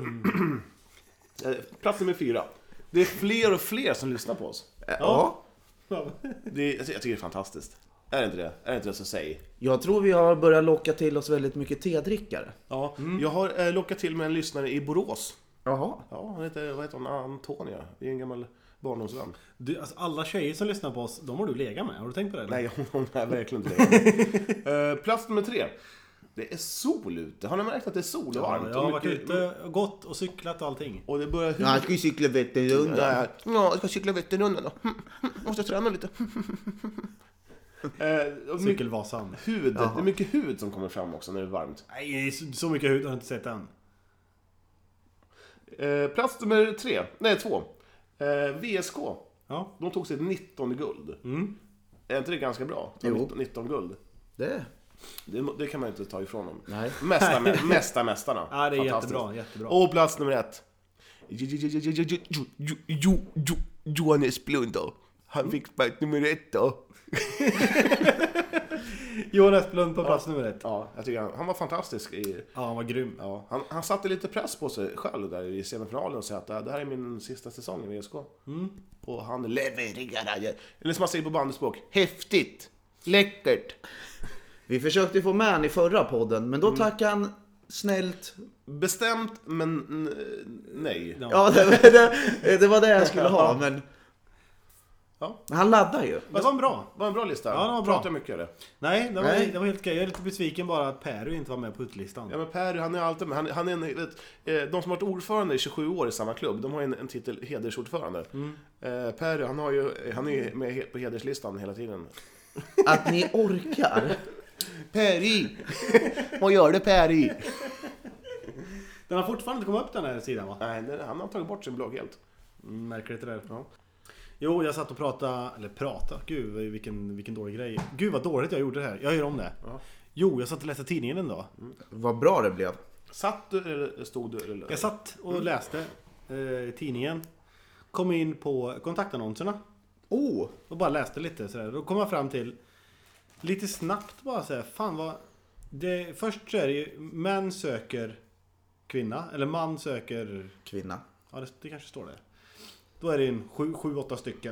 [SPEAKER 3] Eh, Plats nummer fyra. Det är fler och fler som lyssnar på oss.
[SPEAKER 4] Ja.
[SPEAKER 3] Det är, jag tycker det är fantastiskt. Är det inte det? Är det inte det som säger?
[SPEAKER 4] Jag tror vi har börjat locka till oss väldigt mycket tedrickare.
[SPEAKER 3] Ja, jag har eh, lockat till med en lyssnare i Borås.
[SPEAKER 4] Jaha.
[SPEAKER 3] Ja, han heter, vad heter hon? Antonia. Det är en gammal barndomsvän.
[SPEAKER 2] Du, alltså, alla tjejer som lyssnar på oss, de har du legat med. Har du tänkt på det? Eller?
[SPEAKER 3] Nej, hon, hon är verkligen inte det. uh, Plats nummer tre. Det är sol ute. Har ni märkt att det är sol och
[SPEAKER 2] Ja,
[SPEAKER 3] varmt?
[SPEAKER 2] jag har
[SPEAKER 3] och
[SPEAKER 2] varit
[SPEAKER 3] mycket-
[SPEAKER 2] ute och gått och cyklat och allting.
[SPEAKER 3] Och det börjar...
[SPEAKER 4] Ja, han ska ju cykla Vätternrundan.
[SPEAKER 3] Ja, jag ska cykla Vätternrundan då. Måste träna lite. Eh, och mycket
[SPEAKER 2] Cykelvasan.
[SPEAKER 3] hud. Det är mycket hud som kommer fram också när det är varmt.
[SPEAKER 2] Nej, så, så mycket hud har jag inte sett än.
[SPEAKER 3] Eh, plats nummer tre. Nej, två. Eh, V S K.
[SPEAKER 2] Ja.
[SPEAKER 3] De tog sitt nittonde guld.
[SPEAKER 2] Mm.
[SPEAKER 3] Är inte det ganska bra? Ta
[SPEAKER 4] Jo.
[SPEAKER 3] nitton, nitton guld.
[SPEAKER 4] Det.
[SPEAKER 3] Det, det kan man inte ta ifrån dem.
[SPEAKER 4] Nej.
[SPEAKER 3] Mästa, mä, mästa mästarna.
[SPEAKER 2] Ja, det är
[SPEAKER 3] Fantastiskt.
[SPEAKER 2] jättebra, jättebra.
[SPEAKER 3] Och plats nummer ett. Jo- jo- jo- jo- jo- jo- jo- jo- jo- Johannes Blunder. Han fick plats nummer ett då.
[SPEAKER 2] Johan Esplund på plats nummer ett.
[SPEAKER 3] Ja, jag tycker han, han var fantastisk i...
[SPEAKER 2] Ja, han var grym.
[SPEAKER 3] Ja, han, han satte lite press på sig själv där i semifinalen och sa att det här är min sista säsong i V S K.
[SPEAKER 2] Mm.
[SPEAKER 3] Och han levererade. Eller som man säger på bandyspråk, häftigt, läckert.
[SPEAKER 4] Vi försökte få med han i förra podden, men då tackade han snällt.
[SPEAKER 3] Bestämt, men n- nej.
[SPEAKER 2] Ja.
[SPEAKER 4] Ja, det, det, det var det jag skulle ha, men...
[SPEAKER 3] Ja.
[SPEAKER 4] Men han laddar ju.
[SPEAKER 2] Det var en bra.
[SPEAKER 3] Det var en bra lista.
[SPEAKER 2] Ja, det var bra.
[SPEAKER 3] Pratar mycket om det.
[SPEAKER 2] Nej, det var,
[SPEAKER 4] Nej.
[SPEAKER 2] det var helt okej. Jag är lite besviken bara att Peru inte var med på utlistan.
[SPEAKER 3] Ja, men Per, han är alltid med. Han, han är en, vet, eh, de som har varit ordförande i tjugosju år i samma klubb, de har en, en titel hedersordförande.
[SPEAKER 2] Mm.
[SPEAKER 3] Eh, Per, han, har ju, han är ju med he- på hederslistan hela tiden.
[SPEAKER 4] Att ni orkar.
[SPEAKER 3] Peri! Vad gör det, Peri?
[SPEAKER 2] Den har fortfarande inte kommit upp den här sidan, va?
[SPEAKER 3] Nej, det- han har tagit bort sin blogg helt.
[SPEAKER 2] Mm, märker det där.
[SPEAKER 3] Ja.
[SPEAKER 2] Jo, jag satt och pratade, eller pratade, gud vilken, vilken dålig grej. Gud vad dåligt jag gjorde det här, jag gör om det.
[SPEAKER 3] Ja.
[SPEAKER 2] Jo, jag satt och läste tidningen en dag.
[SPEAKER 4] Vad bra det blev.
[SPEAKER 3] Satt du eller stod du? Eller?
[SPEAKER 2] Jag satt och läste eh, tidningen. Kom in på kontaktannonserna.
[SPEAKER 4] Oh!
[SPEAKER 2] Och bara läste lite sådär. Då kom jag fram till lite snabbt bara säga, fan vad det, först så är det ju män söker kvinna, eller man söker,
[SPEAKER 4] Kvinna.
[SPEAKER 2] ja det, det kanske står där. Då är det en sju, sju åtta stycken.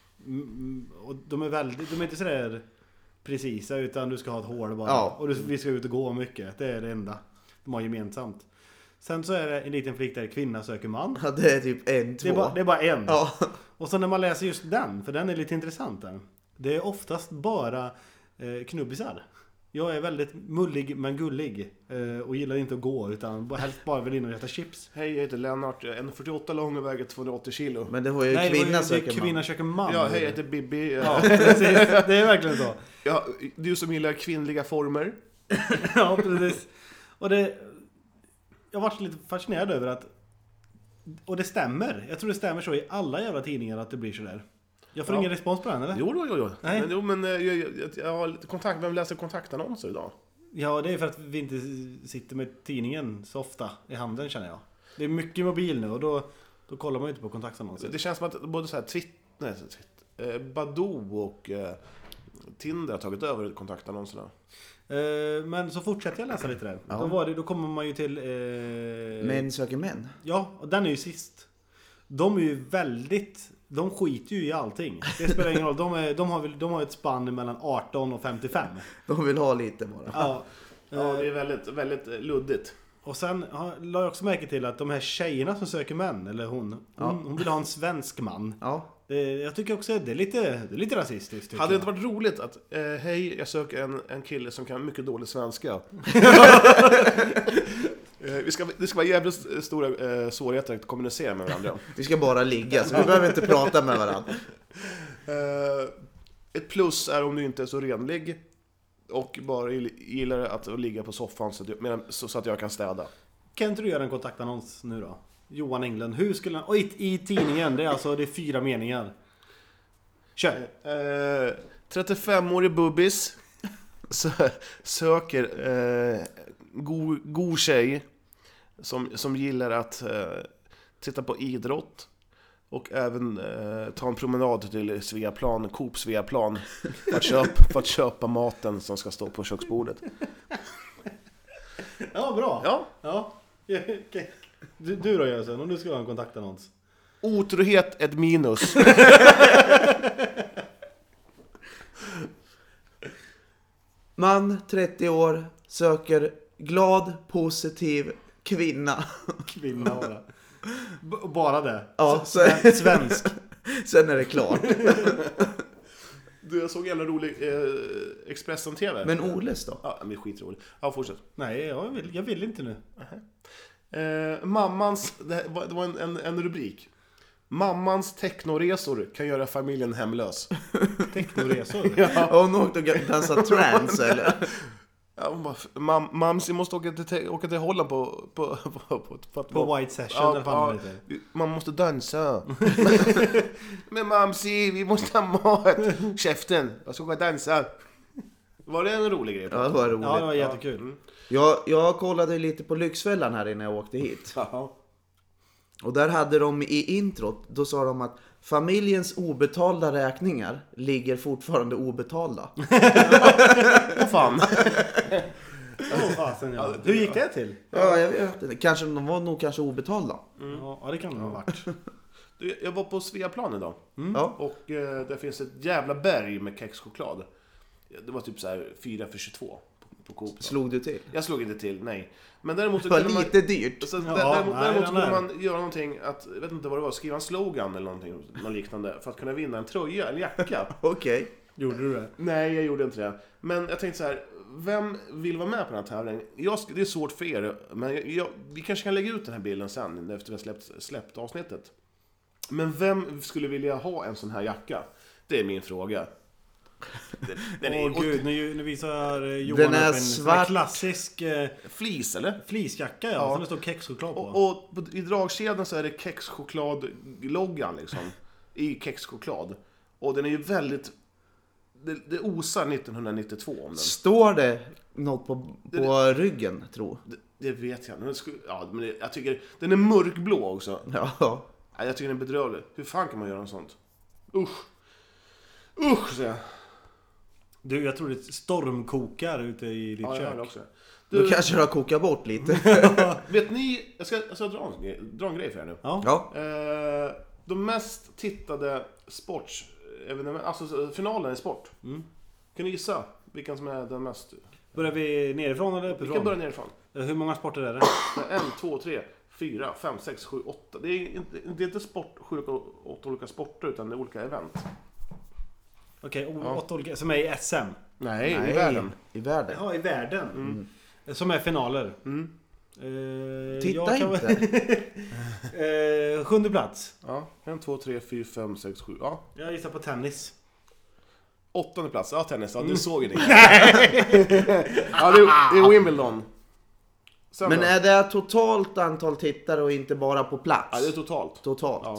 [SPEAKER 2] Mm, och de är väldigt, de är inte sådär precisa, utan du ska ha ett hål bara.
[SPEAKER 4] Ja.
[SPEAKER 2] Och du, vi ska ut och gå mycket, det är det enda de har gemensamt. Sen så är det en liten flick där kvinna söker man.
[SPEAKER 4] Ja, det är typ en, två.
[SPEAKER 2] Det är bara, det är bara en.
[SPEAKER 4] Ja.
[SPEAKER 2] Och så när man läser just den, för den är lite intressant den. Det är oftast bara eh, knubbisar. Jag är väldigt mullig men gullig. Eh, och gillar inte att gå, utan bara, helst bara vill in och äta chips.
[SPEAKER 3] Hej, jag heter Lennart, en komma fyrtioåtta lång och väger tvåhundraåttio kilo.
[SPEAKER 4] Men det var ju
[SPEAKER 2] Nej, det var ju-
[SPEAKER 4] kvinna
[SPEAKER 2] det är
[SPEAKER 4] söker
[SPEAKER 2] kvinna
[SPEAKER 4] man.
[SPEAKER 2] söker man.
[SPEAKER 3] Ja, hej, jag heter Bibi.
[SPEAKER 2] Ja, precis. Det är verkligen så.
[SPEAKER 3] Ja, du som gillar kvinnliga former.
[SPEAKER 2] Ja, precis. Och det... Jag har varit lite fascinerad över att... Och det stämmer. Jag tror det stämmer så i alla jävla tidningar att det blir så där. Jag får
[SPEAKER 3] Ja.
[SPEAKER 2] ingen respons på den, eller?
[SPEAKER 3] Jo, jo, jo.
[SPEAKER 2] Nej.
[SPEAKER 3] Men, jo, men eh, jag, jag, jag har lite kontakt. Vem läser kontaktannonser idag?
[SPEAKER 2] Ja, det är för att vi inte sitter med tidningen så ofta i handen, känner jag. Det är mycket mobil nu och då, då kollar man ju inte på kontaktannonser.
[SPEAKER 3] Det känns som att både så här Twitter, nej, Twitter, eh, Badoo och eh, Tinder har tagit över kontaktannonserna.
[SPEAKER 2] Eh, men så fortsätter jag läsa lite där.
[SPEAKER 4] Ja.
[SPEAKER 2] Då, var det, då kommer man ju till... Eh,
[SPEAKER 4] Män söker män.
[SPEAKER 2] Ja, och den är ju sist. De är ju väldigt... De skiter ju i allting. Det spelar ingen roll. De, är, de, har, väl- de har ett spann mellan arton och femtiofem.
[SPEAKER 4] De vill ha lite bara.
[SPEAKER 2] Ja.
[SPEAKER 3] Ja,
[SPEAKER 2] Eh,
[SPEAKER 3] det är väldigt, väldigt eh, luddigt.
[SPEAKER 2] och sen ja, la jag också märke till att de här tjejerna som söker män, eller hon, hon,
[SPEAKER 4] Ja.
[SPEAKER 2] hon vill ha en svensk man.
[SPEAKER 4] Ja.
[SPEAKER 2] Det, jag tycker också att det är lite, det är lite rasistiskt. tycker
[SPEAKER 3] Hade det
[SPEAKER 2] jag.
[SPEAKER 3] inte varit roligt att, eh, hej, jag söker en, en kille som kan mycket dålig svenska. eh, vi ska, det ska vara jävligt stora eh, svårigheter att kommunicera med varandra.
[SPEAKER 4] Vi ska bara ligga, så vi behöver inte prata med varandra.
[SPEAKER 3] Eh, ett plus är om du inte är så renlig och bara gillar att, att ligga på soffan så att, jag, medan- så, så att jag kan städa.
[SPEAKER 2] Kan inte du göra en kontaktannons nu då? Johan Englund, hur skulle han... Oj, i tidningen, det är alltså det är fyra meningar. Kör!
[SPEAKER 3] Eh, trettiofemårig bubbis sö- söker eh, god, god tjej som, som gillar att eh, titta på idrott och även eh, ta en promenad till Sveaplan, Coop Sveaplan för att, köpa, för att köpa maten som ska stå på köksbordet.
[SPEAKER 2] Ja, bra!
[SPEAKER 3] Ja,
[SPEAKER 2] Ja. Okej. Du, du då Jönsson, om du ska ha en kontaktannons.
[SPEAKER 3] otrohet ett minus.
[SPEAKER 4] Man, trettio år, söker glad, positiv kvinna.
[SPEAKER 2] Kvinna bara. B- bara det.
[SPEAKER 4] Ja,
[SPEAKER 2] S-
[SPEAKER 4] så-
[SPEAKER 2] sve- Svensk.
[SPEAKER 4] Sen är det klart.
[SPEAKER 3] Du, jag såg en jävla rolig eh, Expressen-T V.
[SPEAKER 4] Men Oles då?
[SPEAKER 3] Ja, men skitrolig. Ja, fortsätt.
[SPEAKER 2] Nej, jag vill, jag vill inte nu.
[SPEAKER 3] Eh, mammans, det var, det var en, en, en rubrik. Mammans technoresor kan göra familjen hemlös.
[SPEAKER 2] Technoresor.
[SPEAKER 4] Har hon åkt och dansat trance eller?
[SPEAKER 3] Ja, hon bara, mam, Mamsi måste åka till, åka till Holland på... På, på, på, på,
[SPEAKER 2] På White Session,
[SPEAKER 3] Ja,
[SPEAKER 2] eller vad fan
[SPEAKER 3] ja,
[SPEAKER 2] det heter.
[SPEAKER 3] man måste dansa. Men Mamsi, vi måste ha mat. Käften, jag ska gå och dansa. Var det en rolig grej?
[SPEAKER 4] Ja, det var roligt.
[SPEAKER 2] Ja, det var jättekul.
[SPEAKER 3] Mm.
[SPEAKER 4] Jag, jag kollade lite på Lyxfällan här innan jag åkte hit.
[SPEAKER 3] Jaha.
[SPEAKER 4] Och där hade de i introt, då sa de att familjens obetalda räkningar ligger fortfarande obetalda.
[SPEAKER 3] Vad fan?
[SPEAKER 2] Åh, fasen, ja. Hur gick det till?
[SPEAKER 4] Ja, jag vet inte. Kanske, de var nog kanske obetalda.
[SPEAKER 2] Ja, ja, det kan det ha varit.
[SPEAKER 3] Du, jag var på Sveaplan idag.
[SPEAKER 4] Ja.
[SPEAKER 3] Och eh, där finns ett jävla berg med kexchoklad. Det var typ så här fyra för tjugotvå på, på Coop.
[SPEAKER 4] Slog du till?
[SPEAKER 3] Jag slog inte till, nej. Men däremot så
[SPEAKER 4] Det var
[SPEAKER 3] kunde man,
[SPEAKER 4] lite dyrt.
[SPEAKER 3] så,
[SPEAKER 2] Ja,
[SPEAKER 3] däremot,
[SPEAKER 2] nej,
[SPEAKER 3] däremot så
[SPEAKER 2] den
[SPEAKER 3] kunde
[SPEAKER 2] är.
[SPEAKER 3] man göra någonting att, jag vet inte vad det var, skriva en slogan eller någonting, något liknande för att kunna vinna en tröja eller jacka.
[SPEAKER 4] Okej.
[SPEAKER 2] Gjorde du det?
[SPEAKER 3] Nej, jag gjorde inte det. Men jag tänkte så här, vem vill vara med på den här tävlingen? Jag, sk- det är svårt för er, men jag, jag, vi kanske kan lägga ut den här bilden sen efter vi har släppt, släppt avsnittet. Men vem skulle vilja ha en sån här jacka? Det är min fråga. Den, den
[SPEAKER 2] Åh
[SPEAKER 3] är
[SPEAKER 2] gud, nu, nu visar eh, Johan
[SPEAKER 4] Den är
[SPEAKER 2] upp en sån
[SPEAKER 4] svart.
[SPEAKER 2] här klassisk eh,
[SPEAKER 3] flis, eller?
[SPEAKER 2] fleecejacka, ja,
[SPEAKER 3] Ja.
[SPEAKER 2] som det står kexchoklad på.
[SPEAKER 3] Och, och på- i dragkedjan så är det kexchoklad-loggan liksom. i kexchoklad. Och den är ju väldigt... Det, det osar nittonhundranittiotvå om den.
[SPEAKER 4] Står det något på, på ryggen, tror?
[SPEAKER 3] Det, det vet jag. Men det skulle, ja, men det, jag tycker... Den är mörkblå också.
[SPEAKER 4] Ja.
[SPEAKER 3] Ja, jag tycker den är bedrövlig. Hur fan kan man göra något sånt? Usch. Usch, säger jag.
[SPEAKER 2] Du, jag tror det stormkokar ute i ditt
[SPEAKER 3] Ja, jag
[SPEAKER 2] kök.
[SPEAKER 3] har det också.
[SPEAKER 4] Du
[SPEAKER 3] Du,
[SPEAKER 4] kanske har kokat bort lite.
[SPEAKER 3] vet ni... Jag ska, jag ska dra, en, dra en grej för er nu.
[SPEAKER 2] Ja.
[SPEAKER 4] Ja.
[SPEAKER 3] Eh, de mest tittade sports... Alltså finalen i sport.
[SPEAKER 2] Mm.
[SPEAKER 3] Kan du gissa vilken som är den mest...
[SPEAKER 2] Börjar vi nerifrån eller
[SPEAKER 3] Vi
[SPEAKER 2] uppifrån?
[SPEAKER 3] kan börja nerifrån.
[SPEAKER 2] Hur många sporter är det?
[SPEAKER 3] En, två, tre, fyra, fem, sex, sju, åtta. Det är inte, det är inte sport, sju, åtta olika sporter utan det är olika event.
[SPEAKER 2] Okej, o-
[SPEAKER 3] Ja.
[SPEAKER 2] åtta olika, som är i S M.
[SPEAKER 3] Nej,
[SPEAKER 4] Nej,
[SPEAKER 3] i världen.
[SPEAKER 4] I världen.
[SPEAKER 2] Ja, i världen. Mm. Som är finaler.
[SPEAKER 3] Mm.
[SPEAKER 2] Eh,
[SPEAKER 4] Titta
[SPEAKER 2] jag kan-
[SPEAKER 4] inte.
[SPEAKER 2] eh, sjunde plats.
[SPEAKER 3] Ja, en, två, tre, fyra, fem, sex, sju. Ja.
[SPEAKER 2] Jag gissar på tennis.
[SPEAKER 3] Åttonde plats. Ja, tennis. Ja,
[SPEAKER 2] Mm.
[SPEAKER 3] du såg ju det. Ja, det är, det är Wimbledon. Sen
[SPEAKER 4] Men
[SPEAKER 3] då?
[SPEAKER 4] är det totalt antal tittare och inte bara på plats?
[SPEAKER 3] Ja, det är totalt.
[SPEAKER 4] Totalt.
[SPEAKER 3] Ja.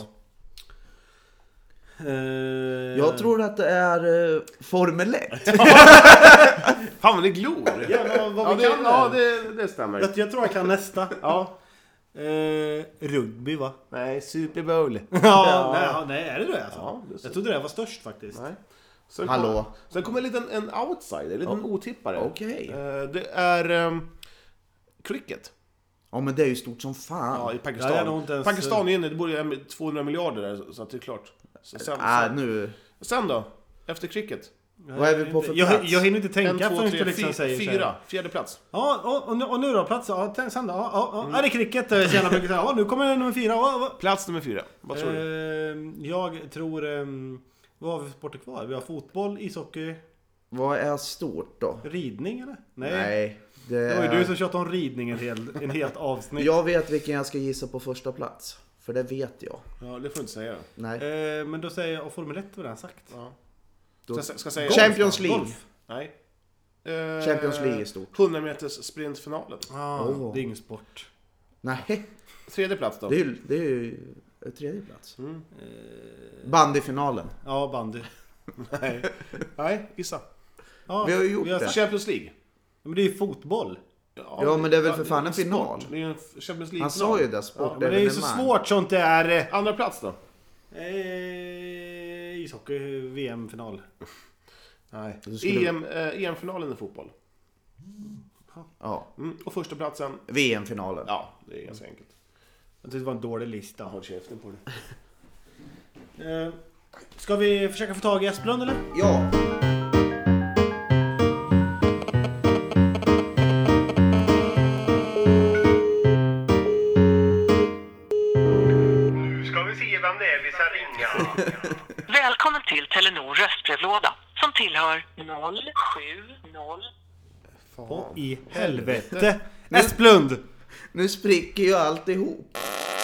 [SPEAKER 2] Eh,
[SPEAKER 4] Jag tror att det är uh, Formel ett.
[SPEAKER 3] Fan, men det glor.
[SPEAKER 2] Jävlar vad
[SPEAKER 3] Ja,
[SPEAKER 2] vi
[SPEAKER 3] det,
[SPEAKER 2] kan
[SPEAKER 3] ja
[SPEAKER 2] det.
[SPEAKER 3] det, det stämmer.
[SPEAKER 2] Jag, jag tror jag kan nästa.
[SPEAKER 3] Ja.
[SPEAKER 2] Eh, rugby va?
[SPEAKER 3] Nej, Super Bowl.
[SPEAKER 2] Ja, nej, ja, nej, är det det alltså?
[SPEAKER 3] Ja, det är så.
[SPEAKER 2] Jag trodde det var störst faktiskt.
[SPEAKER 3] Nej. Sen
[SPEAKER 4] Hallå.
[SPEAKER 3] Kom, sen kommer en liten en outsider, en liten otippare.
[SPEAKER 4] Okej.
[SPEAKER 3] Eh, det är um, cricket.
[SPEAKER 4] Ja, men det är ju stort som fan.
[SPEAKER 3] Ja, i
[SPEAKER 2] Ja, jag
[SPEAKER 3] Pakistan.
[SPEAKER 2] är nog inte ens-
[SPEAKER 3] Pakistan är inne, det borde ju tvåhundra miljarder där, så att det är klart. Så sen,
[SPEAKER 4] Ah,
[SPEAKER 3] sen,
[SPEAKER 4] nu.
[SPEAKER 3] sen då? Efter cricket?
[SPEAKER 4] Vad är vi på för
[SPEAKER 2] jag,
[SPEAKER 4] plats?
[SPEAKER 2] jag hinner inte
[SPEAKER 3] En,
[SPEAKER 2] tänka
[SPEAKER 3] två,
[SPEAKER 2] förrän
[SPEAKER 3] tre,
[SPEAKER 2] du liksom
[SPEAKER 3] fyra,
[SPEAKER 2] säger så här.
[SPEAKER 3] fyra. Fjärde plats.
[SPEAKER 2] Ja, och, och, nu- och nu då? Plats? Ja, tänk sen då. Ja, ja, ja.
[SPEAKER 3] Mm.
[SPEAKER 2] Ja, det är cricket. eh, Tjena, mycket så här. Ja, nu kommer nummer fyra. Ja, va?
[SPEAKER 3] Plats nummer fyra. Vad tror du?
[SPEAKER 2] Eh, jag tror... ehm, vad har vi för sporter kvar? Vi har fotboll, ishockey,
[SPEAKER 4] Vad är stort då?
[SPEAKER 2] ridning eller? Nej.
[SPEAKER 4] Nej. Det
[SPEAKER 2] Det var ju du
[SPEAKER 4] är...
[SPEAKER 2] som tjatade om ridning en hel, en helt avsnitt.
[SPEAKER 4] Jag vet vilken jag ska gissa på första plats. För det vet jag.
[SPEAKER 3] Ja, det får du inte säga.
[SPEAKER 4] Nej.
[SPEAKER 2] Eh, men då säger jag, och Formel ett var det sagt.
[SPEAKER 3] Ja.
[SPEAKER 4] Då-
[SPEAKER 3] Ska, ska säga
[SPEAKER 4] Champions League.
[SPEAKER 2] Golf.
[SPEAKER 3] Nej. Eh,
[SPEAKER 4] Champions League är stort.
[SPEAKER 3] hundra meters sprintfinalen.
[SPEAKER 2] Ah,
[SPEAKER 4] Åh.
[SPEAKER 2] det är ingen sport.
[SPEAKER 4] Nej.
[SPEAKER 3] Tredje plats då.
[SPEAKER 4] Det är ju, det är ju tredje plats.
[SPEAKER 3] Mm.
[SPEAKER 4] Bandyfinalen.
[SPEAKER 2] Ja, bandy.
[SPEAKER 3] Nej. Nej, gissa.
[SPEAKER 2] Ja,
[SPEAKER 4] Vi har ju gjort det.
[SPEAKER 3] Champions League.
[SPEAKER 2] Men det är ju fotboll.
[SPEAKER 4] Ja, men det är väl för fan en
[SPEAKER 3] sport.
[SPEAKER 4] final.
[SPEAKER 3] Det är ju en Champions League.
[SPEAKER 4] Han sa ju det,
[SPEAKER 2] Ja, men det är ju så svårt sånt det är.
[SPEAKER 3] Andra plats då?
[SPEAKER 2] Eh, ishockey, V M-final.
[SPEAKER 3] Nej.
[SPEAKER 4] Så skulle-
[SPEAKER 3] E M, eh, E M-finalen i fotboll.
[SPEAKER 4] Ja,
[SPEAKER 3] Mm. Och första platsen?
[SPEAKER 4] V M-finalen.
[SPEAKER 3] Ja, det är ganska enkelt.
[SPEAKER 2] Jag tyckte det var en dålig lista.
[SPEAKER 3] Håll käften på det.
[SPEAKER 2] Eh, ska vi försöka få tag i Esplund eller?
[SPEAKER 4] Ja.
[SPEAKER 2] Nu ska vi se vem det är vi ska ringa.
[SPEAKER 7] Välkommen till Telenor röstbrevlåda som tillhör noll sju noll.
[SPEAKER 2] Vad i helvete? Esplund!
[SPEAKER 4] Nu spricker ju alltihop.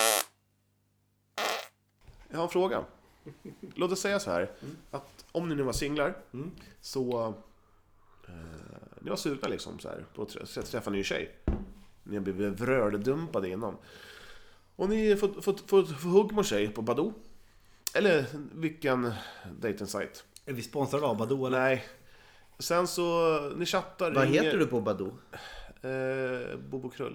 [SPEAKER 3] Jag har en fråga. Låt oss säga så här. Att om ni nu var singlar. Så... Eh, ni var sugna liksom så här. På att trä- träffa en ny tjej. Ni har blivit vröldumpade innan. Och ni får, får, får, får hugg med tjej på Badoo. Eller vilken dating-sajt.
[SPEAKER 2] Är vi sponsrade av Badoo eller?
[SPEAKER 3] Nej. Sen så, ni chattar.
[SPEAKER 4] Vad
[SPEAKER 3] ringer-
[SPEAKER 4] heter du på Badoo?
[SPEAKER 3] Eh, Bobo Krull.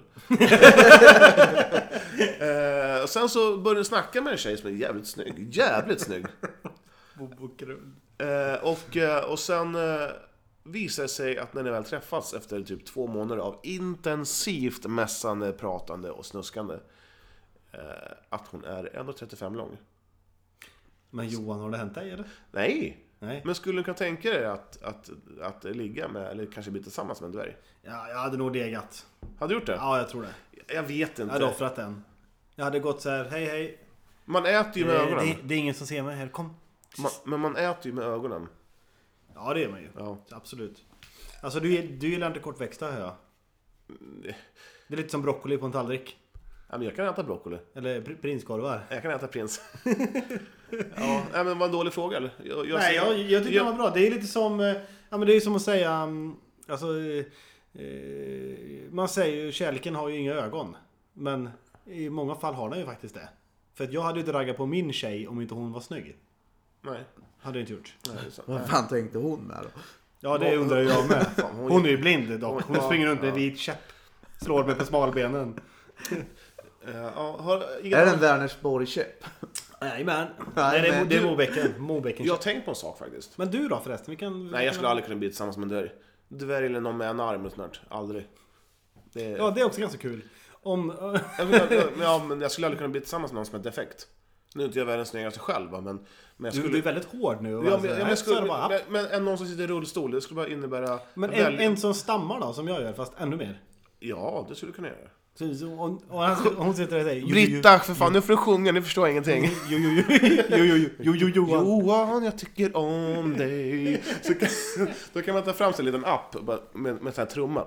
[SPEAKER 3] eh, och sen så börjar ni snacka med en tjej som är jävligt snygg. Jävligt snygg.
[SPEAKER 2] Bobo Krull.
[SPEAKER 3] Eh, och, eh, och sen eh, visar det sig att när ni väl träffats efter typ två månader av intensivt mässande, pratande och snuskande. Eh, att hon är en komma trettiofem lång.
[SPEAKER 2] Men Johan, har det hänt dig eller?
[SPEAKER 3] Nej!
[SPEAKER 2] Nej.
[SPEAKER 3] Men skulle du kunna tänka dig att, att, att ligga med, eller kanske bli tillsammans med en dvärg?
[SPEAKER 2] Ja, jag hade nog degat.
[SPEAKER 3] Hade du gjort det?
[SPEAKER 2] Ja, jag tror det.
[SPEAKER 3] Jag vet
[SPEAKER 2] Jag
[SPEAKER 3] inte.
[SPEAKER 2] hade offrat den. Jag hade gått så här, hej hej.
[SPEAKER 3] Man äter ju med
[SPEAKER 2] Eh,
[SPEAKER 3] ögonen.
[SPEAKER 2] det, det är ingen som ser mig här, kom.
[SPEAKER 3] Man, men man äter ju med ögonen.
[SPEAKER 2] Ja, det är man ju.
[SPEAKER 3] Ja.
[SPEAKER 2] Absolut. Alltså, du, du gillar inte kortväxta, hör jag. Det är lite som broccoli på en tallrik.
[SPEAKER 3] Ja, men jag kan äta broccoli.
[SPEAKER 2] Eller pr- prinskorvar.
[SPEAKER 3] Jag kan äta prins. Ja, nej, men det var en dålig fråga eller? Jag, jag,
[SPEAKER 2] Nej, jag, jag tycker
[SPEAKER 3] jag-
[SPEAKER 2] det var bra. Det är lite som, eh, ja men det är som att säga, mm, alltså, eh, eh, man säger ju kärleken har ju inga ögon. Men i många fall har den ju faktiskt det. För att jag hade ju inte raggat på min tjej om inte hon var snygg.
[SPEAKER 3] Nej.
[SPEAKER 2] Hade jag inte gjort.
[SPEAKER 3] Nej, det är sant.
[SPEAKER 4] Vad fan tänkte hon med då?
[SPEAKER 2] Ja, det undrar jag med.
[SPEAKER 3] Fan, hon-
[SPEAKER 2] Hon är ju blind dock. Hon
[SPEAKER 3] Ja,
[SPEAKER 2] springer runt med
[SPEAKER 3] ja.
[SPEAKER 2] en vit käpp. Slår mig på smalbenen.
[SPEAKER 3] Eh, ja, har, inga
[SPEAKER 4] Är det en Vänersborg-käpp?
[SPEAKER 2] Nej men.
[SPEAKER 4] Nej,
[SPEAKER 2] Nej, det är,
[SPEAKER 4] men
[SPEAKER 2] Mo- det är
[SPEAKER 3] du-
[SPEAKER 2] Mobäcken. Mobäcken.
[SPEAKER 3] Jag har tänkt på en sak faktiskt.
[SPEAKER 2] Men du då förresten? Vilken,
[SPEAKER 3] Nej, jag skulle aldrig kunna bli tillsammans med en dvärg. Dvärg eller någon med en arm snart. Aldrig. Det är...
[SPEAKER 2] Ja, det är också ganska kul. Om...
[SPEAKER 3] jag, jag, jag, ja, men jag skulle aldrig kunna bli tillsammans med någon som är defekt. Nu är inte jag världens snyggaste själv, va, men, men jag
[SPEAKER 2] Du,
[SPEAKER 3] skulle...
[SPEAKER 2] du är väldigt hård nu. Och
[SPEAKER 3] Ja,
[SPEAKER 2] bara
[SPEAKER 3] men,
[SPEAKER 2] så här,
[SPEAKER 3] ja, men,
[SPEAKER 2] "Nej,
[SPEAKER 3] jag
[SPEAKER 2] så är
[SPEAKER 3] skulle,
[SPEAKER 2] det bara."
[SPEAKER 3] men, men en någon som sitter i rullstol, det skulle bara innebära...
[SPEAKER 2] Men
[SPEAKER 3] väl-
[SPEAKER 2] en, en som stammar då, som jag gör, fast ännu mer.
[SPEAKER 3] Ja, det skulle du kunna göra.
[SPEAKER 2] Så, så, och, och han, och hon sitter där och säger... "Jo, jo,
[SPEAKER 3] Britta, för fan, nu får du sjunga, nu förstår jag ingenting.
[SPEAKER 2] Jo, jo, jo, jo, jo, jo, jo, jo, jo.
[SPEAKER 3] Johan, jag tycker om dig. Så kan, då kan man ta fram sig en liten app och bara med, med så här trumma.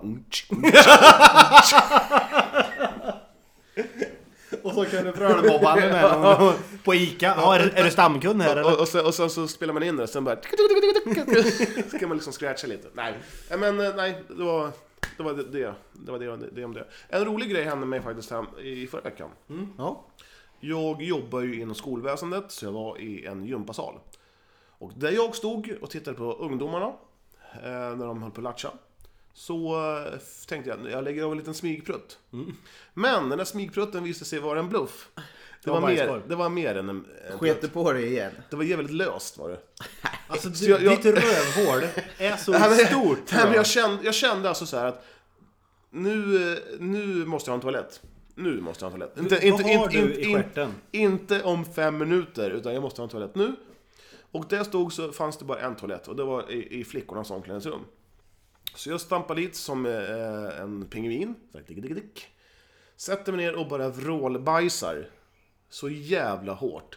[SPEAKER 2] Och så kan du pröva med någon på Ica. Ja, är, är du stamkund här
[SPEAKER 3] Och,
[SPEAKER 2] eller?
[SPEAKER 3] och, sen, och sen så spelar man in det och sen bara... Så kan man liksom scratcha lite. Nej, men nej, det var... Det var det, det, det, var det, det om det. En rolig grej hände mig faktiskt här i förra veckan.
[SPEAKER 4] Ja.
[SPEAKER 3] Jag jobbar ju inom skolväsendet, så jag var i en gympasal. Och där jag stod och tittade på ungdomarna eh, när de höll på att latcha, så eh, tänkte jag, jag lägger av en liten smygprutt. Men den där smygprutten visade sig vara en bluff. Det
[SPEAKER 2] var
[SPEAKER 3] var, mer,
[SPEAKER 2] bajskorv.
[SPEAKER 3] det var mer än en, en
[SPEAKER 4] Sket du på dig igen?
[SPEAKER 3] Det var jävligt löst, var det.
[SPEAKER 2] Alltså,
[SPEAKER 3] Så
[SPEAKER 2] du,
[SPEAKER 3] jag- jag-
[SPEAKER 2] ditt rövhål är så
[SPEAKER 3] Nej, men-
[SPEAKER 2] stort.
[SPEAKER 3] Nej, men jag, kände, jag kände alltså så här att nu, nu måste jag ha en toalett. Nu måste jag ha en toalett. Inte, inte,
[SPEAKER 2] Vad har
[SPEAKER 3] inte,
[SPEAKER 2] du
[SPEAKER 3] inte,
[SPEAKER 2] i
[SPEAKER 3] inte,
[SPEAKER 2] stjärten?
[SPEAKER 3] inte om fem minuter, utan jag måste ha en toalett nu. Och där jag stod så fanns det bara en toalett, och det var i, i flickornas omklädningsrum. Så jag stampade dit som eh, en pingvin. Så här, dick, dick, dick. Sätter mig ner och bara vrålbajsar. Så jävla hårt.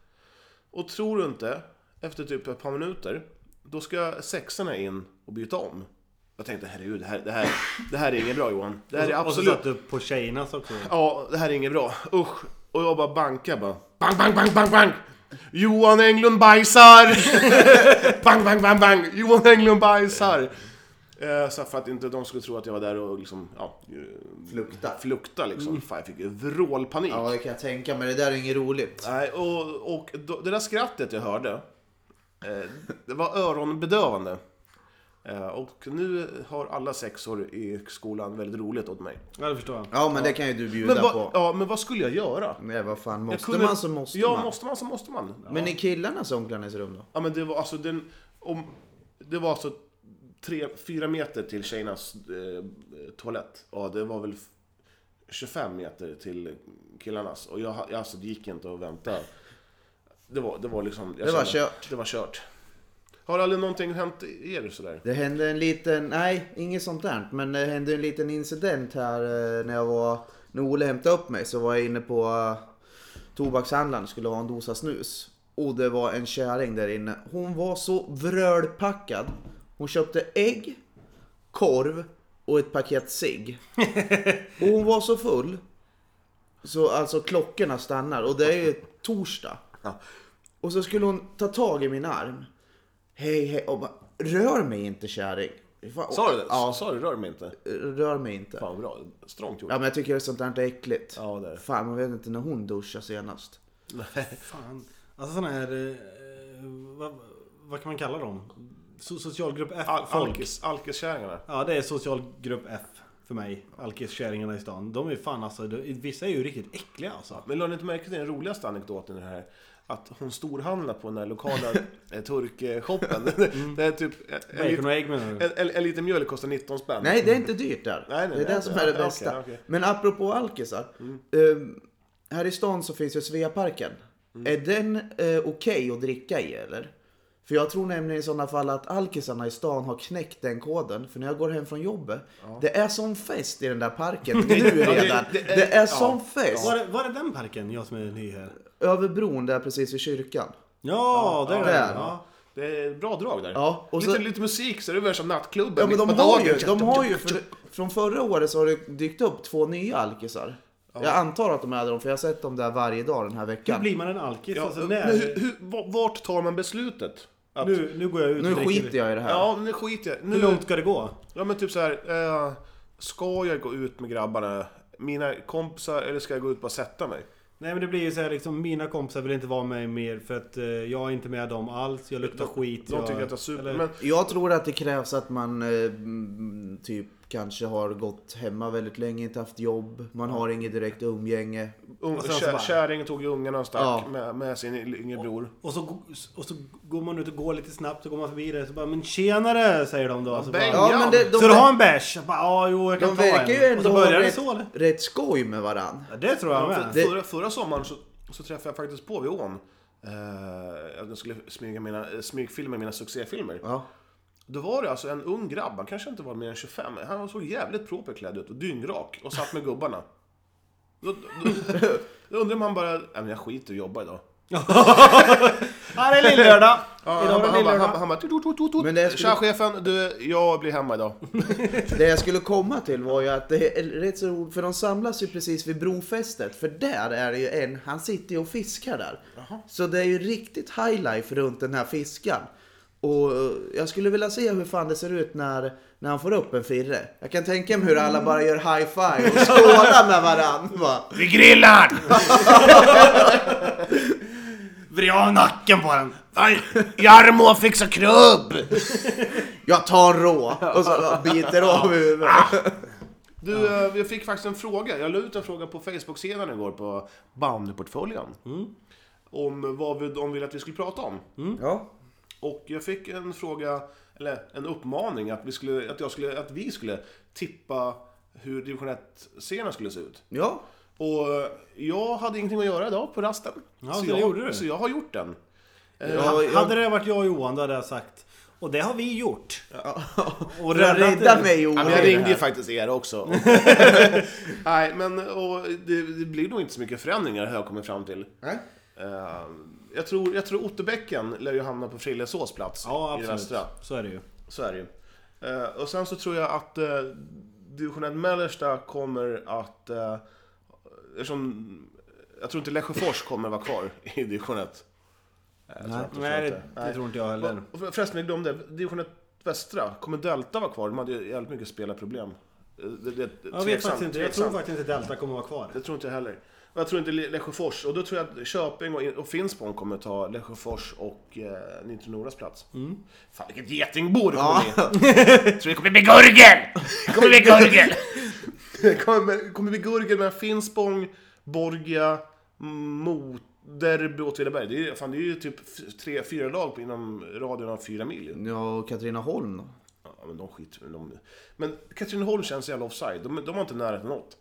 [SPEAKER 3] Och tror du inte, efter typ ett par minuter, då ska sexorna in och byta om. Jag tänkte, herregud, det här, det här, det här är inget bra, Johan. Det här är
[SPEAKER 2] Och så
[SPEAKER 3] absolut...
[SPEAKER 2] satt du på tjejernas också.
[SPEAKER 3] Ja, det här är inget bra. Usch. Och jag bara bankar bara. Bang, bang, bang, bang, bang. Johan Englund bajsar. Bang, bang, bang, bang. Johan Englund bajsar. Eh, så för att inte de skulle tro att jag var där och liksom, ja, eh,
[SPEAKER 4] Flukta.
[SPEAKER 3] flukta liksom. Fan, jag fick ju vrålpanik.
[SPEAKER 4] Ja, det kan jag tänka mig. Det där är inget roligt.
[SPEAKER 3] Nej, och, och då, det där skrattet jag hörde, eh, det var öronbedövande. Eh, och nu har alla sexor i skolan väldigt roligt åt mig.
[SPEAKER 2] Ja, det förstår jag.
[SPEAKER 4] Ja, men det kan ju du bjuda
[SPEAKER 3] Men, vad-
[SPEAKER 4] på.
[SPEAKER 3] ja, men vad skulle jag göra?
[SPEAKER 4] Nej, vad fan.
[SPEAKER 3] Jag
[SPEAKER 4] Måste
[SPEAKER 3] kunde-
[SPEAKER 4] man så måste
[SPEAKER 3] ja,
[SPEAKER 4] man.
[SPEAKER 3] måste man så måste man.
[SPEAKER 4] Men i killarnas omklädningsrum då?
[SPEAKER 3] Ja, men det var alltså den, om, det var alltså tre, fyra meter till tjejernas eh, toalett. Ja, det var väl f- tjugofem meter till killarnas. Och jag, jag alltså, det gick inte att vänta. Det var, det var liksom... jag
[SPEAKER 4] Det var
[SPEAKER 3] kände-
[SPEAKER 4] kört.
[SPEAKER 3] Det var kört. Har aldrig någonting hänt er sådär?
[SPEAKER 4] Det hände en liten, nej, inget sånt där. Men det hände en liten incident här eh, när jag var, när Ole hämtade upp mig, så var jag inne på uh, tobakshandlaren, skulle ha en dosa snus. Och det var en kärring där inne. Hon var så vrölpackad. Hon köpte ägg, korv och ett paket cigg. Och hon var så full. Så alltså klockorna stannar. Och det är ju torsdag.
[SPEAKER 3] Ja.
[SPEAKER 4] Och så skulle hon ta tag i min arm. Hej, hej. Och bara, rör mig inte, kärring. Fan,
[SPEAKER 3] Sa du det?
[SPEAKER 4] Ja,
[SPEAKER 3] Sa du rör mig inte?
[SPEAKER 4] rör mig inte.
[SPEAKER 3] Fan vad bra, strångt gjort.
[SPEAKER 4] Ja, men jag tycker sånt där är äckligt.
[SPEAKER 3] Ja, det är det.
[SPEAKER 4] Fan, man vet inte när hon duschar senast.
[SPEAKER 2] Fan. Alltså sådana här... Eh, vad, vad kan man kalla dem? So- socialgrupp F.
[SPEAKER 3] Al-
[SPEAKER 2] folk.
[SPEAKER 3] alkis, alkiskärringarna.
[SPEAKER 2] Ja, det är socialgrupp F för mig. Alkiskärringarna i stan. De är fan alltså... De, vissa är ju riktigt äckliga alltså.
[SPEAKER 3] Men lade ni inte märke till den roligaste anekdoten i det här? Att hon storhandlar på den där lokala eh, turkshoppen. Det är typ en, en,
[SPEAKER 2] Bacon
[SPEAKER 3] lit-
[SPEAKER 2] och ägg menar du?
[SPEAKER 3] en, en, en liten mjölk kostar nitton spänn.
[SPEAKER 4] Nej, det är inte dyrt där.
[SPEAKER 3] Nej, nej,
[SPEAKER 4] det är
[SPEAKER 3] nej.
[SPEAKER 4] det som är det
[SPEAKER 3] Okej,
[SPEAKER 4] bästa.
[SPEAKER 3] okej.
[SPEAKER 4] Men apropå alkisar. ehm, här i stan så finns ju Sveaparken. Är den eh, okej att dricka i, eller? För jag tror nämligen i sådana fall att alkisarna i stan har knäckt den koden. För när jag går hem från jobbet, det är sån fest i den där parken nu redan.
[SPEAKER 3] det
[SPEAKER 4] det,
[SPEAKER 3] är-
[SPEAKER 4] är sån fest.
[SPEAKER 2] Var, är- var är den parken? Jag som är ny här.
[SPEAKER 4] Över bron där precis vid kyrkan.
[SPEAKER 2] Ja, där är
[SPEAKER 4] där.
[SPEAKER 2] den. Ja.
[SPEAKER 3] Det är bra drag där.
[SPEAKER 4] Ja, och
[SPEAKER 3] lite,
[SPEAKER 4] så-
[SPEAKER 3] lite musik så är det väl som nattklubben.
[SPEAKER 4] Ja, men de
[SPEAKER 3] mitt på
[SPEAKER 4] har ju,
[SPEAKER 3] dagen.
[SPEAKER 4] de har ju för, från förra året så har det dykt upp två nya alkisar. Jag antar att de är dem, för jag har sett dem där varje dag den här
[SPEAKER 2] Hur
[SPEAKER 4] veckan.
[SPEAKER 2] blir man en alkis?
[SPEAKER 3] Ja,
[SPEAKER 2] alltså,
[SPEAKER 3] men
[SPEAKER 2] när,
[SPEAKER 3] hur, hur, vart tar man beslutet? Att,
[SPEAKER 2] nu, nu går jag ut
[SPEAKER 4] Nu
[SPEAKER 2] och dricker.
[SPEAKER 4] skiter jag i det här.
[SPEAKER 3] Ja, nu skiter jag.
[SPEAKER 2] Hur
[SPEAKER 3] Nu,
[SPEAKER 2] långt ska det gå?
[SPEAKER 3] ja, men typ så här. Eh, ska jag gå ut med grabbarna, mina kompisar, eller ska jag gå ut och bara sätta mig?
[SPEAKER 2] Nej men det blir ju så här liksom, mina kompisar vill inte vara med mer för att eh, jag är inte med dem alls, jag luktar skit.
[SPEAKER 3] De
[SPEAKER 2] jag,
[SPEAKER 3] tycker att det är super,
[SPEAKER 2] eller-
[SPEAKER 3] men
[SPEAKER 4] Jag tror att det krävs att man eh, mm, typ kanske har gått hemma väldigt länge, inte haft jobb, man har inget direkt umgänge.
[SPEAKER 3] un,
[SPEAKER 2] Och sen så
[SPEAKER 3] kä,
[SPEAKER 2] bara-
[SPEAKER 3] kärringen tog ju ungarna och stack
[SPEAKER 4] Ja.
[SPEAKER 3] med, med sin yngre bror.
[SPEAKER 2] Och så, och så går man ut och går lite snabbt, så går man förbi det så bara, men tjenare säger de då. Alltså,
[SPEAKER 3] bäng.
[SPEAKER 2] bara,
[SPEAKER 4] Ja, men det, de,
[SPEAKER 2] så du har en bärs? Jag bara, ja jo jag kan
[SPEAKER 4] de
[SPEAKER 2] ta
[SPEAKER 4] verkar
[SPEAKER 2] en.
[SPEAKER 4] ju ändå
[SPEAKER 2] och så
[SPEAKER 4] ha
[SPEAKER 2] börjar det
[SPEAKER 4] rätt,
[SPEAKER 2] så eller?
[SPEAKER 4] rätt skoj med varann.
[SPEAKER 2] Ja, det tror jag
[SPEAKER 3] Ja,
[SPEAKER 2] med.
[SPEAKER 3] för,
[SPEAKER 4] Det-
[SPEAKER 3] förra, förra sommaren så, så träffade jag faktiskt på vid ån. Eh, jag skulle smyga mina, smygfilma mina succéfilmer.
[SPEAKER 4] Ja.
[SPEAKER 3] Då var det alltså en ung grabb, han kanske inte var mer än tjugofem. Han såg jävligt properklädd ut och dyngrak och satt med gubbarna. Då, då, då undrar man bara, nej men jag skiter och jobbar idag.
[SPEAKER 2] Ja det är lillördag.
[SPEAKER 3] Ja,
[SPEAKER 2] Idag
[SPEAKER 3] han,
[SPEAKER 2] är det
[SPEAKER 3] han, han,
[SPEAKER 2] lillördag.
[SPEAKER 3] han, han bara, tut, tut, tut, tut.
[SPEAKER 4] Men det skulle-
[SPEAKER 3] Tja chefen, du, jag blir hemma idag.
[SPEAKER 4] Det jag skulle komma till var ju att det är rätt så roligt, för de samlas ju precis vid brofästet, för där är det ju en, han sitter ju och fiskar där. Så det är ju riktigt highlife runt den här fiskan. Och jag skulle vilja se hur fan det ser ut när, när han får upp en firre. Jag kan tänka mig hur alla bara gör high five och skålar med varandra. Va?
[SPEAKER 3] Vi grillar!
[SPEAKER 2] Vrid av nacken på den.
[SPEAKER 3] Jarmo fixar krubb!
[SPEAKER 4] Jag tar en rå och så biter av huvudet.
[SPEAKER 3] Du, eh, vi fick faktiskt en fråga. Jag la ut en fråga på Facebook-sidan igår på bandyportföljen. Om vad vi, de ville att vi skulle prata om.
[SPEAKER 4] Ja.
[SPEAKER 3] Och jag fick en fråga, eller en uppmaning att vi skulle, att jag skulle, att vi skulle tippa hur division ett-serierna skulle se ut.
[SPEAKER 4] Ja.
[SPEAKER 3] Och jag hade ingenting att göra idag på rasten.
[SPEAKER 2] Ja,
[SPEAKER 3] så,
[SPEAKER 2] så det
[SPEAKER 3] jag,
[SPEAKER 2] gjorde du.
[SPEAKER 3] så jag har gjort den. Eh,
[SPEAKER 4] Ja, jag-
[SPEAKER 2] Hade det varit jag och Johan då hade jag sagt. Och det har vi gjort. Och
[SPEAKER 4] För att rädda mig,
[SPEAKER 3] Ja,
[SPEAKER 4] Johan.
[SPEAKER 3] men jag ringde ju faktiskt er också. Nej, men och det, det blir nog inte så mycket förändringar har jag kommit fram till.
[SPEAKER 4] Nej.
[SPEAKER 3] Eh, jag tror, jag tror Otterbäcken lär ju hamna på Frillesås plats
[SPEAKER 2] Ja
[SPEAKER 3] i
[SPEAKER 2] absolut.
[SPEAKER 3] västra.
[SPEAKER 2] Så är det ju.
[SPEAKER 3] Så är det ju. Eh, och sen så tror jag att eh, division ett mellersta kommer att... Eh, eftersom, jag tror inte Lesjöfors kommer vara kvar i division ett. Eh, jag tror
[SPEAKER 2] Nej,
[SPEAKER 3] inte-
[SPEAKER 2] nej
[SPEAKER 3] tror
[SPEAKER 2] det,
[SPEAKER 3] inte.
[SPEAKER 2] det tror inte jag heller.
[SPEAKER 3] Och för- förresten, jag glömde. Division ett västra. Kommer Delta vara kvar? De hade ju jävligt mycket spelarproblem. Eh, Det, det,
[SPEAKER 2] Jag vet faktiskt inte. Jag tror faktiskt inte Delta kommer vara kvar.
[SPEAKER 3] Det tror inte jag heller. Och jag tror inte Le- Lesjöfors. Och då tror jag att Köping och, och Finspång kommer ta Lesjöfors och eh, Nitro Noras plats.
[SPEAKER 2] Mm.
[SPEAKER 3] Fan vilket getingbo det kommer
[SPEAKER 4] Ja.
[SPEAKER 3] bli. Jag tror det kommer bli Gurgel! Det kommer bli Gurgel! Det kommer, kommer bli Gurgel med Finspång, Borgia, Mo, Derby och Åtvidaberg. Det är, fan, det är ju typ f- tre, fyra lag på inom radien av fyra mil. ju.
[SPEAKER 4] Ja, och Katrineholm då?
[SPEAKER 3] Ja, men de skit de, Men Katrineholm känns jävla offside. De, de har inte närheten något.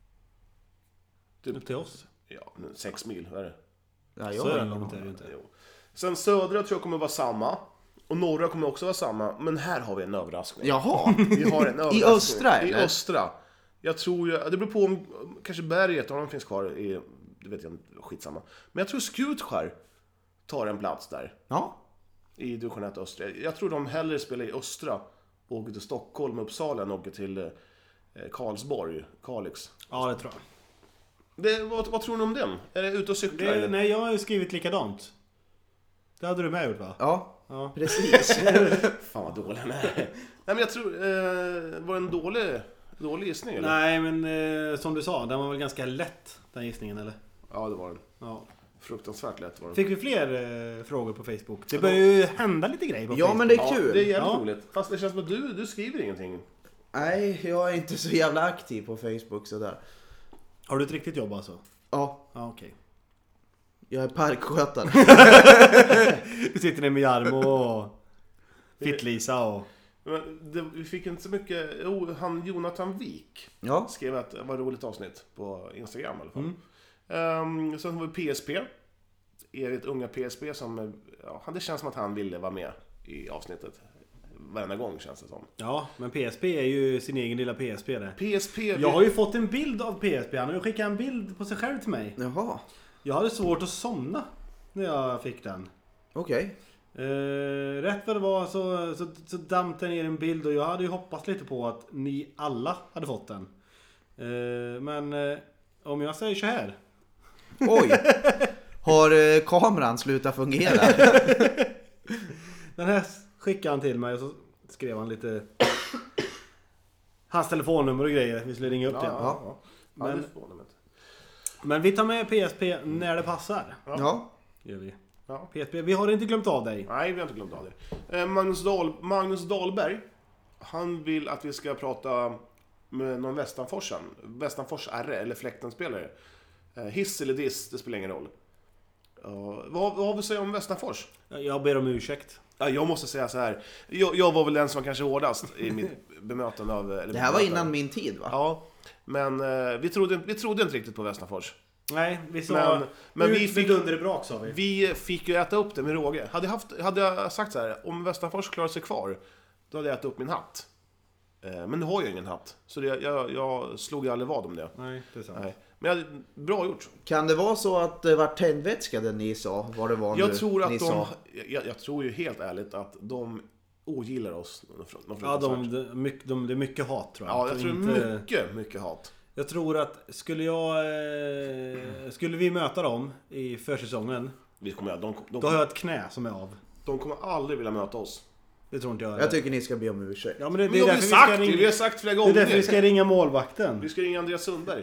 [SPEAKER 2] Upp till oss.
[SPEAKER 3] Ja, men sex mil, vad är det?
[SPEAKER 4] Ja,
[SPEAKER 2] Så är det
[SPEAKER 4] jag
[SPEAKER 2] långt är det ju inte.
[SPEAKER 3] Jo. Sen södra tror jag kommer vara samma. Och norra kommer också vara samma. Men här har vi en överraskning.
[SPEAKER 4] Jaha.
[SPEAKER 3] Vi har en överraskning.
[SPEAKER 4] östra,
[SPEAKER 3] I
[SPEAKER 4] eller?
[SPEAKER 3] östra. Jag tror ju, det beror på om kanske Berget, om de finns kvar i, det vet jag inte, skitsamma. Men jag tror Skutskär tar en plats där.
[SPEAKER 4] Ja.
[SPEAKER 3] I division ett östra. Jag tror de hellre spelar i östra och åker till Stockholm och Uppsala än åker till eh, Karlsborg, Kalix.
[SPEAKER 2] Ja det tror jag.
[SPEAKER 3] Det, vad, vad tror ni om den? Är det ute och cykla
[SPEAKER 2] Det,
[SPEAKER 3] eller?
[SPEAKER 2] nej jag har ju skrivit likadant. Det hade du med gjort va?
[SPEAKER 4] Ja,
[SPEAKER 2] Ja.
[SPEAKER 4] precis.
[SPEAKER 3] Fan vad dålig den är. Nej men jag tror, eh, var det en dålig, dålig gissning eller?
[SPEAKER 2] Nej men eh, som du sa, den var väl ganska lätt den gissningen eller?
[SPEAKER 3] Ja det var den.
[SPEAKER 2] Ja.
[SPEAKER 3] Fruktansvärt lätt var den.
[SPEAKER 2] Fick vi fler eh, frågor på Facebook? Det börjar ju hända lite grejer på
[SPEAKER 4] Ja,
[SPEAKER 2] Facebook.
[SPEAKER 4] men det är
[SPEAKER 3] Ja,
[SPEAKER 4] kul.
[SPEAKER 3] det är jävligt
[SPEAKER 2] Ja.
[SPEAKER 3] roligt. Fast det känns som att du, du skriver ingenting.
[SPEAKER 4] Nej, jag är inte så jävla aktiv på Facebook sådär.
[SPEAKER 2] Har du ett riktigt jobb alltså?
[SPEAKER 4] Ja,
[SPEAKER 2] Ja okej.
[SPEAKER 4] jag är parkskötare.
[SPEAKER 2] Du sitter ner med Jarmo och Fitt-Lisa och...
[SPEAKER 3] Men det, vi fick inte så mycket. Jo, han Jonathan Wik
[SPEAKER 4] Ja,
[SPEAKER 3] skrev att det var ett roligt avsnitt på Instagram i alla fall.
[SPEAKER 2] Mm.
[SPEAKER 3] Um, sen har vi P S P. Erit unga P S P som, ja, det känns som att han ville vara med i avsnittet. Varenda gång känns det som.
[SPEAKER 2] Ja, men P S P är ju sin egen lilla P S P där.
[SPEAKER 3] P S P.
[SPEAKER 2] Jag har ju fått en bild av P S P. Han har ju skickat en bild på sig själv till mig.
[SPEAKER 4] jaha.
[SPEAKER 2] Jag hade svårt att somna när jag fick den.
[SPEAKER 4] Okej.
[SPEAKER 2] Eh, rätt vad det var så, så, så dampte jag ner en bild och jag hade ju hoppats lite på att ni alla hade fått den. Eh, men eh, om jag säger så här.
[SPEAKER 4] Oj. Har eh, kameran slutat fungera?
[SPEAKER 2] Den här skickade han till mig och så skrev han lite hans telefonnummer och grejer. Vi skulle ringa upp
[SPEAKER 3] Ja,
[SPEAKER 2] det.
[SPEAKER 3] ja, ja.
[SPEAKER 2] Men-
[SPEAKER 3] Ja, det förvånar mig inte.
[SPEAKER 2] Men vi tar med P S P när det passar.
[SPEAKER 4] Ja.
[SPEAKER 2] Gör vi.
[SPEAKER 3] Ja.
[SPEAKER 2] P S P, vi har inte glömt av dig.
[SPEAKER 3] Nej, vi har inte glömt av det. Eh, Magnus, Dahl, Magnus Dahlberg, han vill att vi ska prata med någon Västanforsen. Västanfors R eller Fläktenspelare. Eh, hiss eller diss, det spelar ingen roll. Uh, vad, vad har vi att säga om Västanfors?
[SPEAKER 2] Jag ber om ursäkt.
[SPEAKER 3] Ja, jag måste säga så här. Jag, jag var väl den som var kanske hårdast i mitt bemötande av... eller
[SPEAKER 4] Det här var
[SPEAKER 3] bemötande.
[SPEAKER 4] innan min tid, va?
[SPEAKER 3] Ja, men eh, vi, trodde, vi trodde inte riktigt på Västanfors.
[SPEAKER 2] Nej, vi sa...
[SPEAKER 3] Men- men vi fick-
[SPEAKER 2] dunderbrak sa vi.
[SPEAKER 3] Vi fick ju äta upp det med råge. Hade jag, haft, hade jag sagt så här, om Västanfors klarar sig kvar, då hade jag ätit upp min hatt. Eh, men nu har jag ingen hatt, så det, jag, jag slog ju aldrig vad om det.
[SPEAKER 2] Nej, det är sant.
[SPEAKER 3] Nej. Men jag hade, bra gjort.
[SPEAKER 4] Kan det vara så att det var tändvätska det ni sa? Vad det var
[SPEAKER 3] Jag
[SPEAKER 4] nu
[SPEAKER 3] tror att
[SPEAKER 4] ni
[SPEAKER 3] de,
[SPEAKER 4] sa?
[SPEAKER 3] jag, jag tror ju helt ärligt att de ogillar oss. De
[SPEAKER 2] Ja, de, de, mycket, de, det är mycket hat tror jag.
[SPEAKER 3] ja, jag
[SPEAKER 2] Så
[SPEAKER 3] tror
[SPEAKER 2] inte-
[SPEAKER 3] mycket, mycket hat.
[SPEAKER 2] Jag tror att skulle jag... Eh, skulle vi möta dem i försäsongen,
[SPEAKER 3] Vi kommer, de, de,
[SPEAKER 2] då har jag ett knä som är av.
[SPEAKER 3] de kommer aldrig vilja möta oss.
[SPEAKER 2] Det tror inte jag.
[SPEAKER 4] Jag tycker ni ska be om ursäkt.
[SPEAKER 2] Ja, men det, det,
[SPEAKER 3] Men
[SPEAKER 2] är
[SPEAKER 3] de har
[SPEAKER 2] därför
[SPEAKER 3] vi
[SPEAKER 2] vi ska
[SPEAKER 3] sagt,
[SPEAKER 2] ringa,
[SPEAKER 3] vi har sagt flera
[SPEAKER 2] det är
[SPEAKER 3] gånger.
[SPEAKER 2] därför vi ska ringa målvakten.
[SPEAKER 3] Vi ska ringa Andreas Sundberg.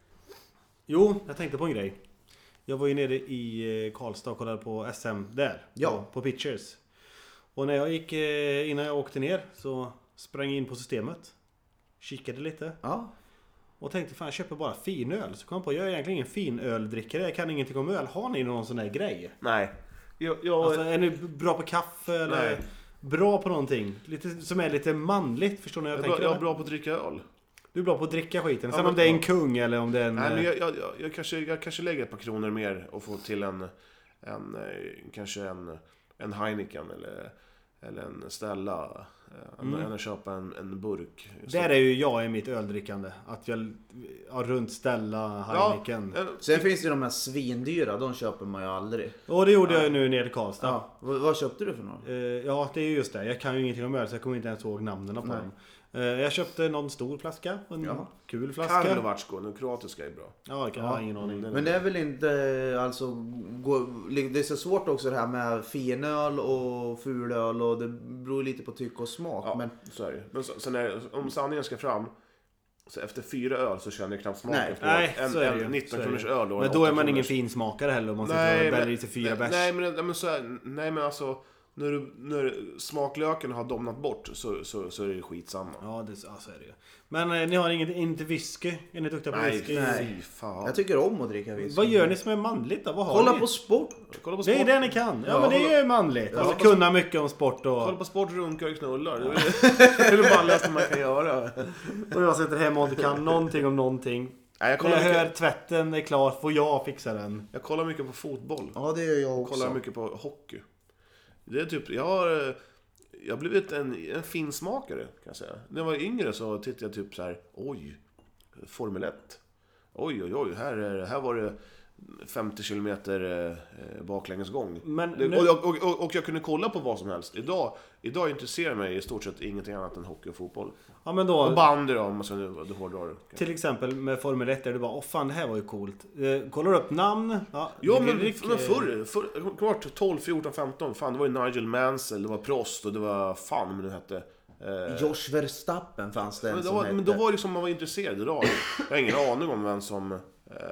[SPEAKER 2] Jo, jag tänkte på en grej. Jag var ju nere i eh, Karlstad och kollade på S M där.
[SPEAKER 4] Ja.
[SPEAKER 2] På, på Pitchers. Och när jag gick, eh, innan jag åkte ner, så sprang jag in på systemet. Kikade lite.
[SPEAKER 4] Ja.
[SPEAKER 2] Och tänkte, fan jag köper bara finöl. Så kom jag på, jag är egentligen ingen finöldrickare. Jag kan ingenting om öl. Har ni någon sån där grej?
[SPEAKER 3] Nej. Jag, jag,
[SPEAKER 2] Alltså, är ni bra på kaffe eller
[SPEAKER 3] Nej.
[SPEAKER 2] bra på någonting? Lite, som är lite manligt, förstår ni vad
[SPEAKER 3] jag,
[SPEAKER 2] jag
[SPEAKER 3] är bra,
[SPEAKER 2] tänker?
[SPEAKER 3] jag är
[SPEAKER 2] eller?
[SPEAKER 3] bra på att dricka öl.
[SPEAKER 2] Du är bra på att dricka skiten.
[SPEAKER 3] Ja,
[SPEAKER 2] Sen
[SPEAKER 3] men-
[SPEAKER 2] om det är en kung eller om det är en...
[SPEAKER 3] Nej, men
[SPEAKER 2] eh,
[SPEAKER 3] jag, jag, jag, jag, kanske, jag kanske lägger ett par kronor mer och får till en, en eh, kanske en, en Heineken eller, eller en Stella. Än
[SPEAKER 2] Mm.
[SPEAKER 3] än att köpa en, en burk.
[SPEAKER 2] Där är ju jag i mitt öldrickande. Att jag har runt Stella, Heineken.
[SPEAKER 3] Ja, eh,
[SPEAKER 4] Sen finns det ju de här svindyra, de köper man ju aldrig.
[SPEAKER 2] Och det gjorde jag ju nu nere i Karlstad.
[SPEAKER 4] Ja. V- vad köpte du för någon?
[SPEAKER 2] Eh, ja, det är ju just det. Jag kan ju ingenting om öl så jag kommer inte ens ihåg namnen på
[SPEAKER 4] Nej.
[SPEAKER 2] dem. Eh, jag köpte någon stor flaska. En
[SPEAKER 4] Jaha.
[SPEAKER 2] kul flaska.
[SPEAKER 3] Karlovatsko, den kroatiska är bra.
[SPEAKER 2] Ja, jag har ingen aning.
[SPEAKER 4] Men det är väl inte, alltså, gå, det är så svårt också det här med finöl och fulöl och det beror lite på tycke och smak.
[SPEAKER 3] Ja,
[SPEAKER 4] Men
[SPEAKER 3] så är det. Men så- sen är, om sanningen ska fram, så efter fyra öl så känner jag knappt smaken
[SPEAKER 4] Nej.
[SPEAKER 3] på
[SPEAKER 2] Nej,
[SPEAKER 3] en,
[SPEAKER 2] så är det ju.
[SPEAKER 3] en nitton
[SPEAKER 2] Så är det
[SPEAKER 3] kronors
[SPEAKER 2] ju.
[SPEAKER 3] öl. Och
[SPEAKER 2] Men
[SPEAKER 3] en
[SPEAKER 2] då är
[SPEAKER 3] åtta
[SPEAKER 2] man ingen
[SPEAKER 3] kronors.
[SPEAKER 2] finsmakare heller om man sitter
[SPEAKER 3] Nej,
[SPEAKER 2] och väljer
[SPEAKER 3] men,
[SPEAKER 2] i sig fyra
[SPEAKER 3] nej,
[SPEAKER 2] bärs.
[SPEAKER 3] nej, men, nej, men, så här, nej, men alltså, när, du, när smaklöken har domnat bort så, så, så är det skitsamma.
[SPEAKER 2] Ja, det, ja, så är det ju. Men eh, ni har inget, inte whisky? Är ni duktiga på
[SPEAKER 3] Nej,
[SPEAKER 2] whisky?
[SPEAKER 4] Nej.
[SPEAKER 3] fy fan.
[SPEAKER 4] jag tycker om att dricka whisky.
[SPEAKER 2] Vad gör ni som är manligt då? Vad har
[SPEAKER 4] Kolla
[SPEAKER 2] ni?
[SPEAKER 4] på sport.
[SPEAKER 3] Kolla på
[SPEAKER 2] Det är
[SPEAKER 3] sport,
[SPEAKER 2] det ni kan. Ja,
[SPEAKER 4] Ja,
[SPEAKER 2] men det
[SPEAKER 3] kolla-
[SPEAKER 2] är ju manligt.
[SPEAKER 3] Ja,
[SPEAKER 2] Alltså
[SPEAKER 3] kolla på-
[SPEAKER 2] kunna mycket om sport och...
[SPEAKER 3] kolla på sport, runkar och knullar. Det är det, är det balligaste man kan göra.
[SPEAKER 2] Och jag sitter hemma och inte kan någonting om någonting.
[SPEAKER 3] Nej, jag,
[SPEAKER 2] När
[SPEAKER 3] kollar
[SPEAKER 2] jag hör
[SPEAKER 3] mycket,
[SPEAKER 2] tvätten är klar får jag fixa den.
[SPEAKER 3] jag kollar mycket på fotboll.
[SPEAKER 4] Ja, det gör jag
[SPEAKER 3] Jag
[SPEAKER 4] också.
[SPEAKER 3] kollar mycket på hockey. Det är typ, jag har, eh, jag har blivit en, en finsmakare kan jag säga. När jag var yngre så tittade jag typ så här, oj, Formel ett. Oj, oj, oj, här, är, här var det femtio kilometer eh, baklängesgång.
[SPEAKER 2] Men
[SPEAKER 3] Det,
[SPEAKER 2] nu-
[SPEAKER 3] och, jag, och, och, och jag kunde kolla på vad som helst. Idag, idag intresserar mig i stort sett ingenting annat än hockey och fotboll.
[SPEAKER 2] Ja, men
[SPEAKER 3] Och
[SPEAKER 2] då...
[SPEAKER 3] bandy då, om man ska nu du hårdrar.
[SPEAKER 2] Till exempel med Formel ett där du bara, åh fan det här var ju coolt. Eh, kollar upp namn. Ja,
[SPEAKER 3] Ja,
[SPEAKER 2] det-
[SPEAKER 3] men,
[SPEAKER 2] det-
[SPEAKER 3] men förr, förr klart tolv, fjorton, femton, fan det var ju Nigel Mansell, det var Prost och det var fan men nu hette. Eh,
[SPEAKER 4] Josh Verstappen fanns det en
[SPEAKER 3] men, då
[SPEAKER 4] som
[SPEAKER 3] var,
[SPEAKER 4] hette.
[SPEAKER 3] men då var det liksom man var intresserad idag. Jag har ingen aning om vem som... Eh,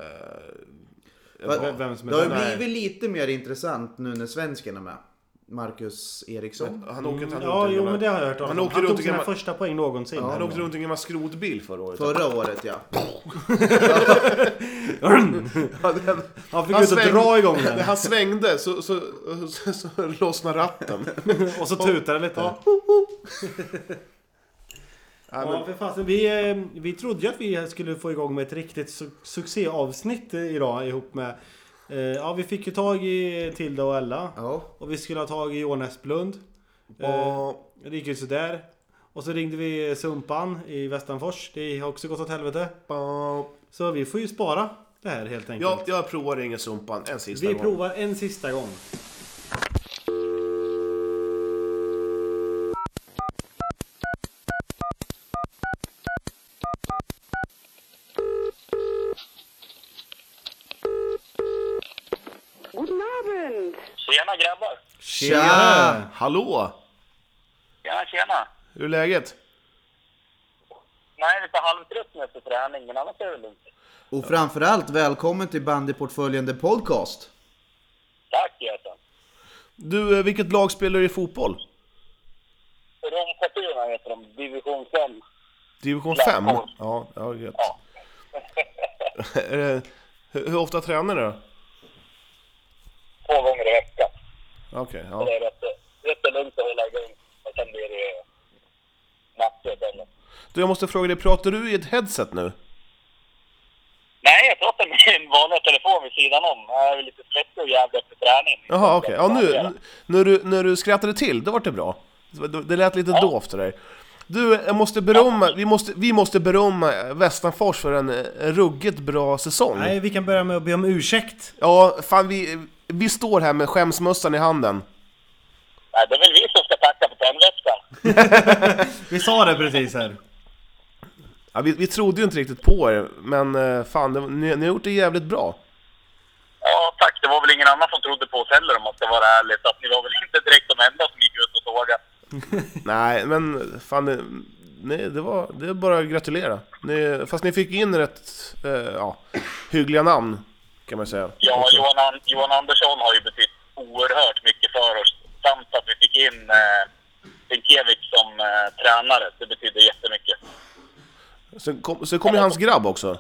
[SPEAKER 4] Va-
[SPEAKER 2] Vem- vem som är
[SPEAKER 4] det har ju
[SPEAKER 3] Nej.
[SPEAKER 4] blivit lite mer intressant nu när svensken är med. Marcus Eriksson.
[SPEAKER 3] Han åker inte han
[SPEAKER 2] Ja,
[SPEAKER 3] runt i
[SPEAKER 2] jo
[SPEAKER 3] en
[SPEAKER 2] men det
[SPEAKER 3] gammal-
[SPEAKER 2] har jag hört om.
[SPEAKER 3] Han
[SPEAKER 2] Han,
[SPEAKER 3] åker
[SPEAKER 2] han
[SPEAKER 3] runt
[SPEAKER 2] tog
[SPEAKER 3] i
[SPEAKER 2] sina
[SPEAKER 3] gammal-
[SPEAKER 2] första poäng någonsin.
[SPEAKER 3] Han
[SPEAKER 2] Han
[SPEAKER 3] åkte runt i en gammal skrotbil förra året.
[SPEAKER 4] Förra året, ja.
[SPEAKER 3] Ja, den,
[SPEAKER 2] Han fick
[SPEAKER 3] han
[SPEAKER 2] ut och
[SPEAKER 3] sväng-
[SPEAKER 2] dra igång
[SPEAKER 3] När
[SPEAKER 2] den.
[SPEAKER 3] han svängde så, så, så, så lossnade ratten.
[SPEAKER 2] Och så tutade det lite.
[SPEAKER 3] Ja. Ja,
[SPEAKER 2] Ja,
[SPEAKER 3] men,
[SPEAKER 2] för fasen, vi, eh, vi trodde ju att vi skulle få igång med ett riktigt su- succéavsnitt eh, idag ihop med... Eh, ja, vi fick ju tag i Tilda och Ella.
[SPEAKER 4] Ja.
[SPEAKER 2] Och vi skulle ha tag i Johan Esplund. Eh,
[SPEAKER 3] och,
[SPEAKER 2] det gick ju sådär. Och så ringde vi Sumpan i Västanfors. Det har också gått åt helvete. Så vi får ju spara det här helt enkelt.
[SPEAKER 3] jag, jag provar ringa Sumpan en sista
[SPEAKER 2] vi
[SPEAKER 3] gång.
[SPEAKER 2] provar en sista gång.
[SPEAKER 5] Tjena grabbar!
[SPEAKER 4] Tja!
[SPEAKER 3] Hallå!
[SPEAKER 5] Tjena, tjena!
[SPEAKER 3] Hur är läget?
[SPEAKER 5] Nej, lite halvtrött nu efter träning, men annars är det lugnt.
[SPEAKER 4] Och framförallt välkommen till Bandyportföljen The Podcast.
[SPEAKER 8] Tack, Göten.
[SPEAKER 3] Du, eh, vilket lag spelar du i fotboll?
[SPEAKER 8] Rompartierna heter de, division fem.
[SPEAKER 3] Division
[SPEAKER 8] Ja,
[SPEAKER 3] fem?
[SPEAKER 8] ja.
[SPEAKER 3] Ja, ja, gött.
[SPEAKER 8] Ja.
[SPEAKER 3] Är det, hur, hur ofta tränar du då?
[SPEAKER 8] Två gånger i veckan.
[SPEAKER 3] Okej,
[SPEAKER 8] Så
[SPEAKER 3] ja.
[SPEAKER 8] det är rätt, rätt lugnt att hålla igång. Och sen blir det matcher sen.
[SPEAKER 3] Du, jag måste fråga dig, pratar du i ett headset nu?
[SPEAKER 8] Nej, jag pratar med en vanlig telefon vid sidan om. Jag är lite svettig och jävlig efter träning.
[SPEAKER 3] Jaha, okej. Ja, nu, n- när, du, när du skrattade till, då var det bra. Det det lät lite dovt det där. Du, jag måste berömma, vi måste, vi måste berömma Västanfors för en, en ruggigt bra säsong.
[SPEAKER 2] Nej, vi kan börja med att be om ursäkt.
[SPEAKER 3] Ja, fan vi, vi står här med skämsmössan i handen.
[SPEAKER 8] Nej, det är väl vi som ska tacka för tändvätskan.
[SPEAKER 2] Vi sa det precis här.
[SPEAKER 3] Ja, vi, vi trodde ju inte riktigt på er, men eh, fan, det, ni, ni har gjort det jävligt bra.
[SPEAKER 8] Ja, tack. Det var väl ingen annan som trodde på oss heller om man ska vara ärlig. Så att ni var väl inte direkt de enda som gick ut och såga.
[SPEAKER 3] Nej, men fan, det, nej, det var det är bara att gratulera. Ni, fast ni fick in rätt eh, ja, hyggliga namn, kan man säga.
[SPEAKER 8] Ja,
[SPEAKER 3] också.
[SPEAKER 8] Johan, An- Johan Andersson har ju betytt oerhört mycket för oss. Samt att vi fick in eh, Sinkevich som eh, tränare. Det betyder jättemycket.
[SPEAKER 3] Sen kom, sen kom ju hans grabb också.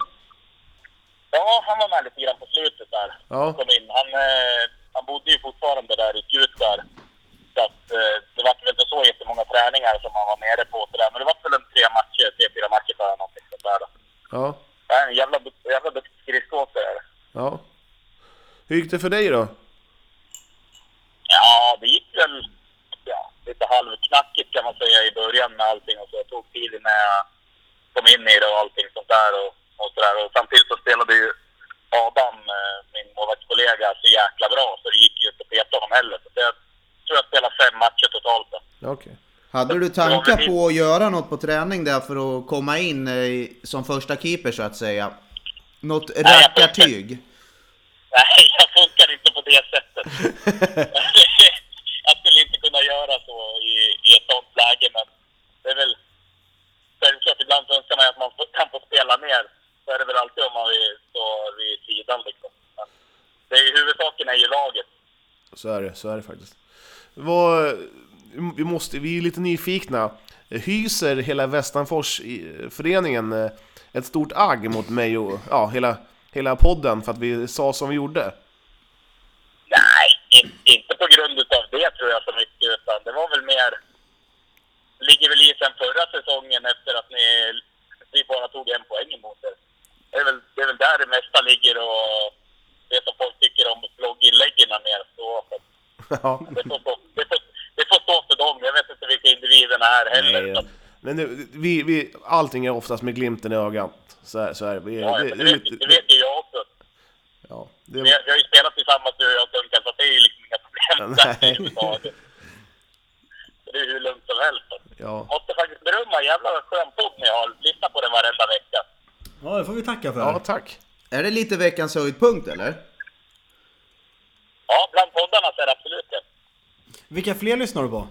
[SPEAKER 8] Ja, han var med lite grann på slutet där.
[SPEAKER 3] Ja.
[SPEAKER 8] Kom in. Han, eh, han bodde ju fortfarande där i Skutskär. Så att, eh, det var väl inte så jättemånga träningar som han var nere på. Så där. Men det var väl en tre matcher, tre, fyra matcher för någonting sånt där. Då.
[SPEAKER 3] Ja,
[SPEAKER 8] Det är en jävla, jävla duktig skridskoåkare.
[SPEAKER 3] ja. Hur gick det för dig då?
[SPEAKER 8] Ja, det gick väl ja, lite halvknackigt kan man säga i början med allting. Och så jag tog tid innan jag kom in i det och allting sånt där. Och, och, så där. Och samtidigt så spelade ju Adam, eh, min målvaktskollega, så jäkla bra. Så det gick ju inte att peta honom heller. Så jag tror jag spelade fem matcher totalt. Då.
[SPEAKER 3] Okej.
[SPEAKER 4] Hade du tankar på att göra något på träning där för att komma in eh, som första keeper så att säga? Något rackartyg?
[SPEAKER 8] Nej, jag funkar inte på det sättet. Jag skulle inte kunna göra så i, i ett sånt läge, men det är väl självklart ibland så önskar man att man kan få spela mer. Så är det väl alltid om man vill stå vid sidan liksom. Men det är ju huvudsaken är ju laget.
[SPEAKER 3] Så är det, så är det faktiskt. Vad, vi, måste, vi är lite nyfikna. Hyser hela Västanfors i- föreningen eh, ett stort agg mot mig och ja, hela, hela podden för att vi sa som vi gjorde?
[SPEAKER 8] Nej, in, inte på grund utav det tror jag så mycket, utan det var väl mer, ligger väl i sen förra säsongen efter att ni, vi bara tog en poäng emot er. Det är väl, det är väl där det mesta ligger och det som folk tycker om blogginläggen mer så.
[SPEAKER 3] Ja.
[SPEAKER 8] Det får, stå, det, får, det får stå för dem, jag vet inte vilka individerna är heller.
[SPEAKER 3] Nej,
[SPEAKER 8] Så,
[SPEAKER 3] men nu, vi, vi, allting är oftast med glimten i ögat. Så är, så är det. Vi,
[SPEAKER 8] ja,
[SPEAKER 3] det,
[SPEAKER 8] men
[SPEAKER 3] det,
[SPEAKER 8] det,
[SPEAKER 3] är
[SPEAKER 8] vet,
[SPEAKER 3] lite-
[SPEAKER 8] det vet ju jag också.
[SPEAKER 3] ja,
[SPEAKER 8] Vi,
[SPEAKER 3] det,
[SPEAKER 8] vi har ju spelat tillsammans nu och Duncan, så det är ju liksom inga problem där
[SPEAKER 3] Nej.
[SPEAKER 8] överhuvudtaget. Så det är hur lugnt som helst.
[SPEAKER 3] ja.
[SPEAKER 8] Måste faktiskt berömma, jävla skön podd ni har. Lyssna på den varenda vecka.
[SPEAKER 2] Ja, det får vi tacka för.
[SPEAKER 3] ja, tack.
[SPEAKER 4] Är det lite veckans höjdpunkt eller?
[SPEAKER 8] Ja, bland poddarna så är det absolut det.
[SPEAKER 2] Vilka fler lyssnar du på?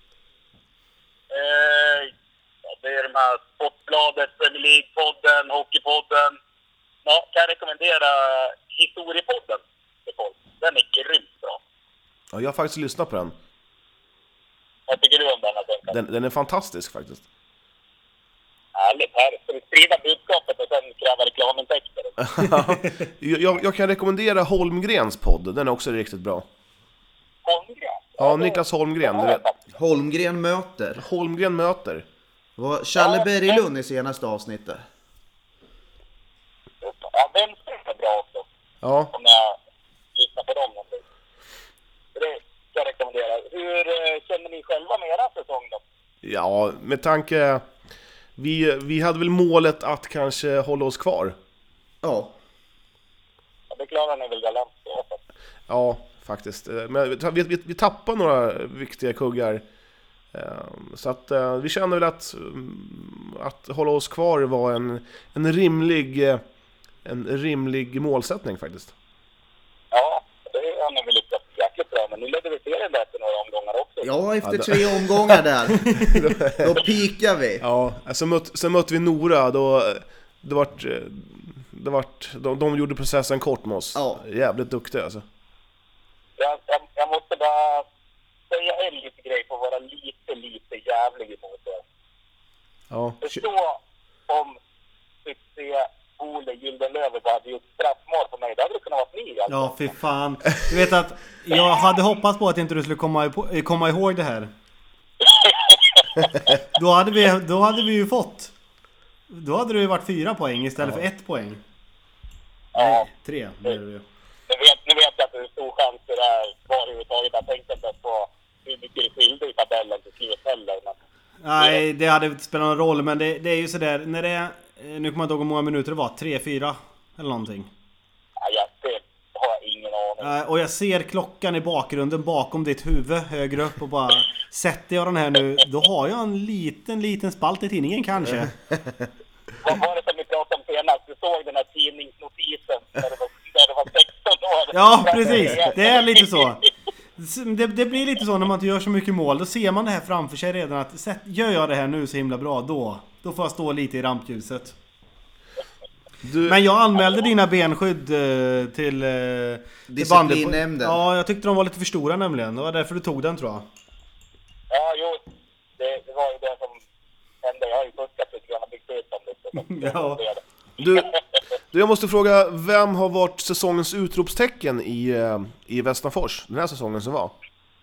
[SPEAKER 8] Eh, ja, det är de här Sportbladet, Premier League-podden, Hockeypodden. Ja, kan jag rekommendera Historiepodden till folk. Den är grymt bra.
[SPEAKER 3] Ja, jag har faktiskt lyssnat på den.
[SPEAKER 8] Vad tycker du om den här Duncan?
[SPEAKER 3] Den, den är fantastisk faktiskt.
[SPEAKER 8] Härligt, härligt. Ska vi sprida budskapet och sen kräva reklamintäkter?
[SPEAKER 3] jag, jag, jag kan rekommendera Holmgrens podd. Den är också riktigt bra.
[SPEAKER 8] Holmgren?
[SPEAKER 3] Ja, Niklas Holmgren, du vet.
[SPEAKER 4] Holmgren möter.
[SPEAKER 3] Holmgren möter.
[SPEAKER 4] Var Challe Berglund i senaste avsnittet?
[SPEAKER 8] Ja, den är bra också.
[SPEAKER 3] Ja,
[SPEAKER 8] Om jag lyssnar på dem någonting. Så det ska jag rekommendera. Hur eh, känner ni själva med era säsong då?
[SPEAKER 3] ja med tanke... Vi, vi hade väl målet att kanske hålla oss kvar.
[SPEAKER 4] Ja.
[SPEAKER 8] Ja, det klarar ni väl galant så.
[SPEAKER 3] Ja, faktiskt. Men vi, vi, vi tappar några viktiga kuggar. Så att vi känner väl att, att hålla oss kvar var en, en, rimlig, en rimlig målsättning faktiskt.
[SPEAKER 8] Ja, det har ni väl lyckats jäkligt bra. Men nu ledde vi serien där efter några omgångar också.
[SPEAKER 4] Ja, efter
[SPEAKER 3] Ja, då-
[SPEAKER 4] tre omgångar där. Då pikar vi.
[SPEAKER 3] Ja, alltså möt, sen mötte vi Nora, då, det vart, det vart, de, de gjorde processen kort med oss.
[SPEAKER 4] Ja.
[SPEAKER 3] Jävligt duktiga alltså.
[SPEAKER 8] Jag, jag, jag måste bara säga en liten grej på att vara lite, lite jävlig emot det.
[SPEAKER 3] Ja.
[SPEAKER 8] Förstå om succé Ole Gyldenlöve bara hade gjort straffmål på mig. Det hade det kunnat vara ni alltså.
[SPEAKER 2] Ja, fy fan. Du vet att jag hade hoppats på att inte du skulle komma, på, komma ihåg det här. Då hade vi, då hade vi ju fått. Då hade det ju varit fyra poäng istället för ett poäng.
[SPEAKER 8] Ja.
[SPEAKER 2] Tre blir det ju.
[SPEAKER 8] Nu vet, nu vet jag inte hur stor chans det är var överhuvudtaget. Jag tänkte inte på hur mycket det skilde i tabellen till slut heller. Men...
[SPEAKER 2] Nej, det hade inte spelat någon roll, men det, det är ju sådär, när det är, nu kommer jag inte ihåg hur många minuter det var, tre, fyra eller någonting.
[SPEAKER 8] Ja, jag, det har jag ingen aning.
[SPEAKER 2] Uh, och jag ser klockan i bakgrunden bakom ditt huvud högre upp och bara sätter jag den här nu, då har jag en liten, liten spalt i tidningen kanske.
[SPEAKER 8] Vad var det som vi pratade om senast? Du såg den här tidningsnotisen där det var, där det var sexton år.
[SPEAKER 2] Ja, precis. Det är lite så. Det, det blir lite så när man inte gör så mycket mål. Då ser man det här framför sig redan att sätt, gör jag det här nu så himla bra, då, då får jag stå lite i rampljuset.
[SPEAKER 3] Du,
[SPEAKER 2] Men jag anmälde dina benskydd eh, till, eh, till
[SPEAKER 4] Disciplinnämnden.
[SPEAKER 2] Ja, jag tyckte de var lite för stora nämligen. Det var därför du tog den, tror jag.
[SPEAKER 8] Ja, jo. Det, det var ju det som hände. Jag har ju fuskat lite grann och byggt ut dem lite. Så
[SPEAKER 2] Ja.
[SPEAKER 8] det är det.
[SPEAKER 3] du, du, jag måste fråga, vem har varit säsongens utropstecken i, eh, i Västernfors den här säsongen som var?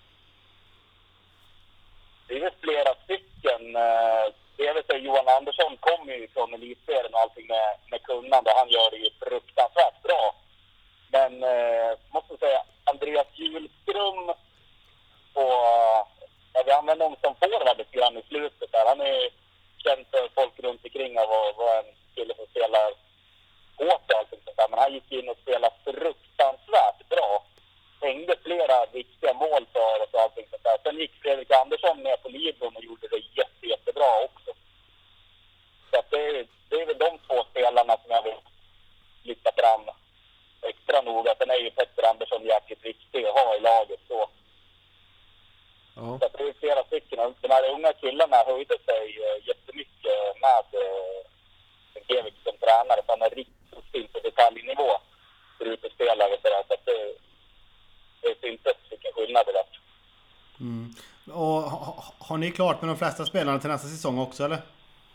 [SPEAKER 8] Det är ju flera stycken. eh, Jag vet att Johan Andersson kommer ju från elitserien och allting med, med kunnande. Han gör det ju fruktansvärt bra. Men eh, måste säga, Andreas Hjulström och ja, vi använder honom som forward lite grann i slutet där. Han är känd för folk runt omkring av att vara en kille som spelar hårt och allting sånt där. Men han gick in och spelade fruktansvärt bra. Hängde flera viktiga mål för oss och allting sånt där. Sen gick Fredrik Andersson ner på Libron och gjorde det jätte, jättebra också. Så att det, är, det är väl de två spelarna som jag vill lyfta fram extra noga. Sen är ju Petter Andersson jäkligt viktig att ha i laget så.
[SPEAKER 3] Ja.
[SPEAKER 8] Så att det är flera stycken. Och de här unga killarna höjde sig jättemycket med Gevik som tränare. Så han är riktigt fin på detaljnivå för utespelare. Så att det, det syntes vilken skillnad det var.
[SPEAKER 2] Mm. Och ha, har ni klart med de flesta spelarna till nästa säsong också, eller?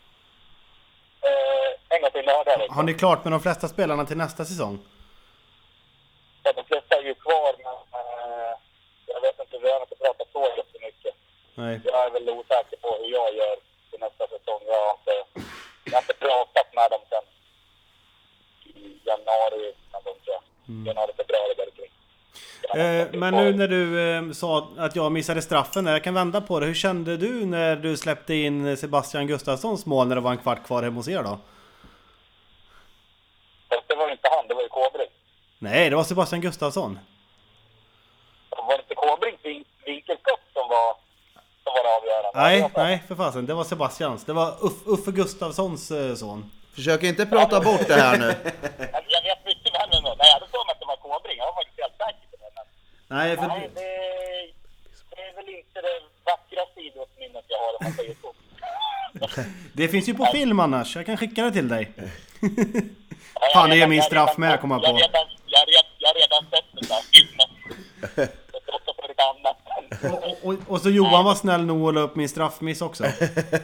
[SPEAKER 8] Eh, en gång till, jag har det.
[SPEAKER 2] Har ni klart med de flesta spelarna till nästa säsong?
[SPEAKER 8] Ja, de flesta är ju kvar, men eh, jag vet inte, vi har inte pratat så jättemycket.
[SPEAKER 2] Nej.
[SPEAKER 8] Jag är väl osäker på hur jag gör till nästa säsong. Jag har inte, jag har inte pratat med dem sen i januari, någon gång, tror jag.
[SPEAKER 2] Mm.
[SPEAKER 8] Januari, februari, där kring.
[SPEAKER 2] Eh, men nu när du eh, sa att jag missade straffen, jag kan vända på det. Hur kände du när du släppte in Sebastian Gustafssons mål när det var en kvart kvar hemma hos er då?
[SPEAKER 8] Fast det var ju inte han, det var ju Kåbrink.
[SPEAKER 2] Nej, det var Sebastian Gustafsson.
[SPEAKER 8] Det var inte Kåbrink vin- vinkelskott som var, som var avgörande.
[SPEAKER 2] Nej, nej, för fasen. Det var Sebastians. Det var Uff, Uffe Gustafssons eh, son.
[SPEAKER 4] Försök inte prata bort det här nu.
[SPEAKER 8] Jag, jag vet mycket väl vem det var. Nej, jag hade för mig att det var Kåbrink. Jag var faktiskt helt säker på det. Men...
[SPEAKER 2] Nej, för...
[SPEAKER 8] Nej, det, det är väl inte det vackraste idrottsminnet jag har, om man säger så.
[SPEAKER 2] Det finns ju på film annars. Jag kan skicka det till dig.
[SPEAKER 8] Ja,
[SPEAKER 2] Fan,
[SPEAKER 8] jag
[SPEAKER 2] det är
[SPEAKER 8] redan-
[SPEAKER 2] min
[SPEAKER 8] jag
[SPEAKER 2] straff
[SPEAKER 8] redan-
[SPEAKER 2] med, jag kommer på.
[SPEAKER 8] Jag har redan, jag, redan, jag har redan sett den där filmen. Jag tror också på lite annat.
[SPEAKER 2] Och, och, och så Johan var snäll nog att la upp min straffmiss också.
[SPEAKER 8] Ja,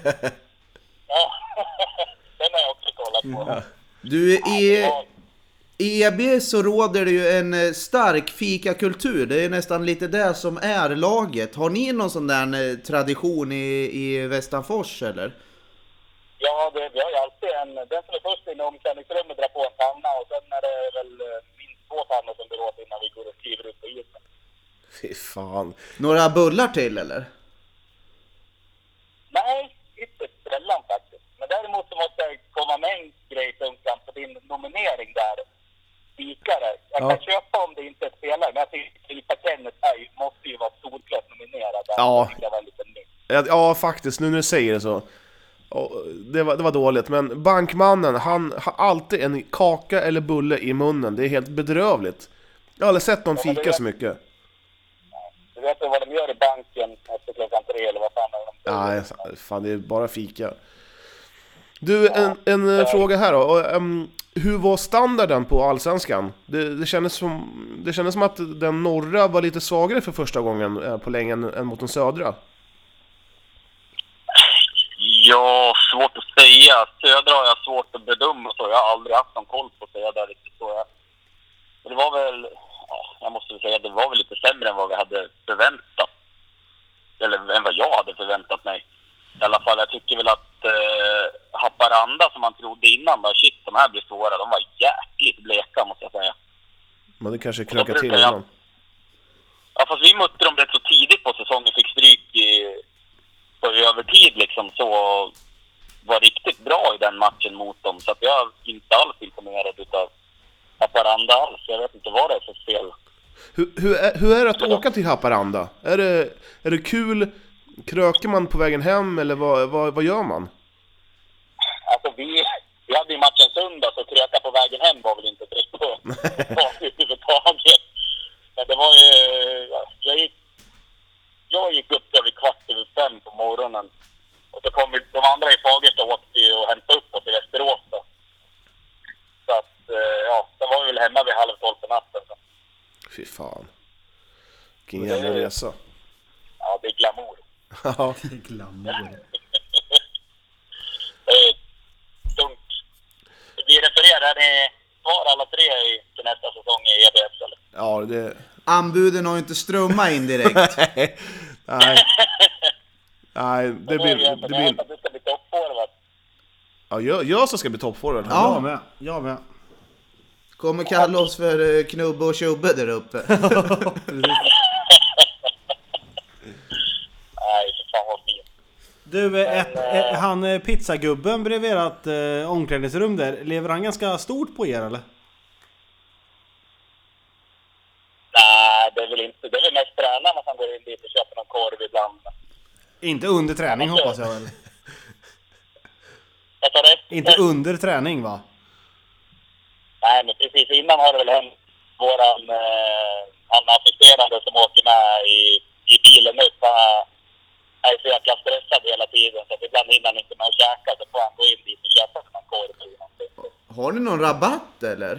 [SPEAKER 8] den har jag också kollat på.
[SPEAKER 4] Du, i
[SPEAKER 8] Ja,
[SPEAKER 4] i E B så råder det ju en eh, stark fikakultur. Det är nästan lite det som är laget. Har ni någon sån där eh, tradition i, i Västanfors eller?
[SPEAKER 8] ja det, vi har ju alltid en... Den som är först in i omklädningsrummet drar på en panna och sen är det väl eh, minst två pannor som går åt innan vi går och skriver ut på isen.
[SPEAKER 3] Fy fan.
[SPEAKER 4] Några bullar till eller?
[SPEAKER 8] Nej, ytterst sällan faktiskt. Men däremot så måste jag komma med en grej, Tunkan, på din nominering där. Fikare. Jag kan
[SPEAKER 3] Ja.
[SPEAKER 8] köpa om det inte är spelare, men jag tycker att Kenneth är ju, måste ju vara solklart nominerad. Där.
[SPEAKER 3] Ja.
[SPEAKER 8] Det tycker jag var lite nytt.
[SPEAKER 3] Ja, ja, faktiskt, nu när du säger det så. Ja, Det var, det var dåligt, men bankmannen, han har alltid en kaka eller bulle i munnen. Det är helt bedrövligt. Jag har aldrig sett någon
[SPEAKER 8] Ja, men det
[SPEAKER 3] fika
[SPEAKER 8] är-
[SPEAKER 3] så mycket.
[SPEAKER 8] Du vet ju vad de gör i banken efter klockan tre eller vad fan är de?
[SPEAKER 3] Nej, fan, det är bara fika. Du, en, en eh, fråga här då. Um, hur var standarden på Allsvenskan? Det, det, kändes som, det kändes som att den norra var lite svagare för första gången eh, på länge än, än mot den södra.
[SPEAKER 8] Ja, svårt att säga. Södra har jag svårt att bedöma, så jag har aldrig haft någon koll på södra riktigt. Så jag, det var väl, ja, jag måste säga, det var väl lite sämre än vad vi hade förväntat. Eller än vad jag hade förväntat mig. I alla fall, jag tycker väl att eh, Haparanda, som man trodde innan, bara shit, de här blir svåra. De var jäkligt bleka, måste jag säga.
[SPEAKER 3] Men det kanske krökade till
[SPEAKER 8] jag,
[SPEAKER 3] innan.
[SPEAKER 8] Ja, fast vi mötte dem rätt så tidigt på säsongen, fick stryk i, på övertid liksom, så var riktigt bra i den matchen mot dem. Så att jag är inte alls imponerad utav Haparanda alls. Jag vet inte vad det är för spel.
[SPEAKER 3] Hur, hur, är, hur är det att åka till Haparanda? Är det, är det kul? Kröker man på vägen hem eller vad, vad, vad gör man?
[SPEAKER 8] Alltså vi, vi hade ju matchen söndag, så kröka på vägen hem var väl inte det på överhuvudtaget. Men det var ju, jag gick, jag gick upp över kvart över fem på morgonen. Och så kom de andra i Fagersta och åkte och hämtade upp oss i Västerås då. Så att, ja, sen var vi väl hemma vid halv tolv på natten. Så.
[SPEAKER 3] Fy fan. Vilken jävla resa.
[SPEAKER 8] Ja, det är glamour.
[SPEAKER 3] Ja.
[SPEAKER 2] Glamour.
[SPEAKER 8] Det är tungt. Vi refererar, ni har alla tre i, till nästa säsong i E B S eller?
[SPEAKER 3] Ja, det...
[SPEAKER 4] Anbuden har ju inte strömmat in direkt.
[SPEAKER 3] Nej. Nej, det blir... Det blir...
[SPEAKER 8] att du ska bli toppforward.
[SPEAKER 3] Ja, jag, jag som ska bli toppforward.
[SPEAKER 4] Ja.
[SPEAKER 2] Jag med. Jag med.
[SPEAKER 4] Kommer kalla oss för eh, knubbe och tjubbe där uppe.
[SPEAKER 8] Nej, för fan vad fint.
[SPEAKER 2] Du, ett, ett, han eh, pizzagubben bredvid ert eh, omklädningsrum där, lever han ganska stort på er eller?
[SPEAKER 8] Nej, det är väl inte. Det är väl mest tränarna som går in dit och köper någon korv ibland.
[SPEAKER 2] Inte under träning hoppas jag väl?
[SPEAKER 8] Jag tar det.
[SPEAKER 2] Inte under träning va?
[SPEAKER 8] Nej, men precis innan har det väl hänt våran eh, han assisterande som åker med i, i bilen nu. Han är så jäkla stressad hela tiden, så att ibland hinner han inte med att käka, så får han gå in dit och köpa någon korv eller någonting.
[SPEAKER 4] Har ni någon rabatt eller?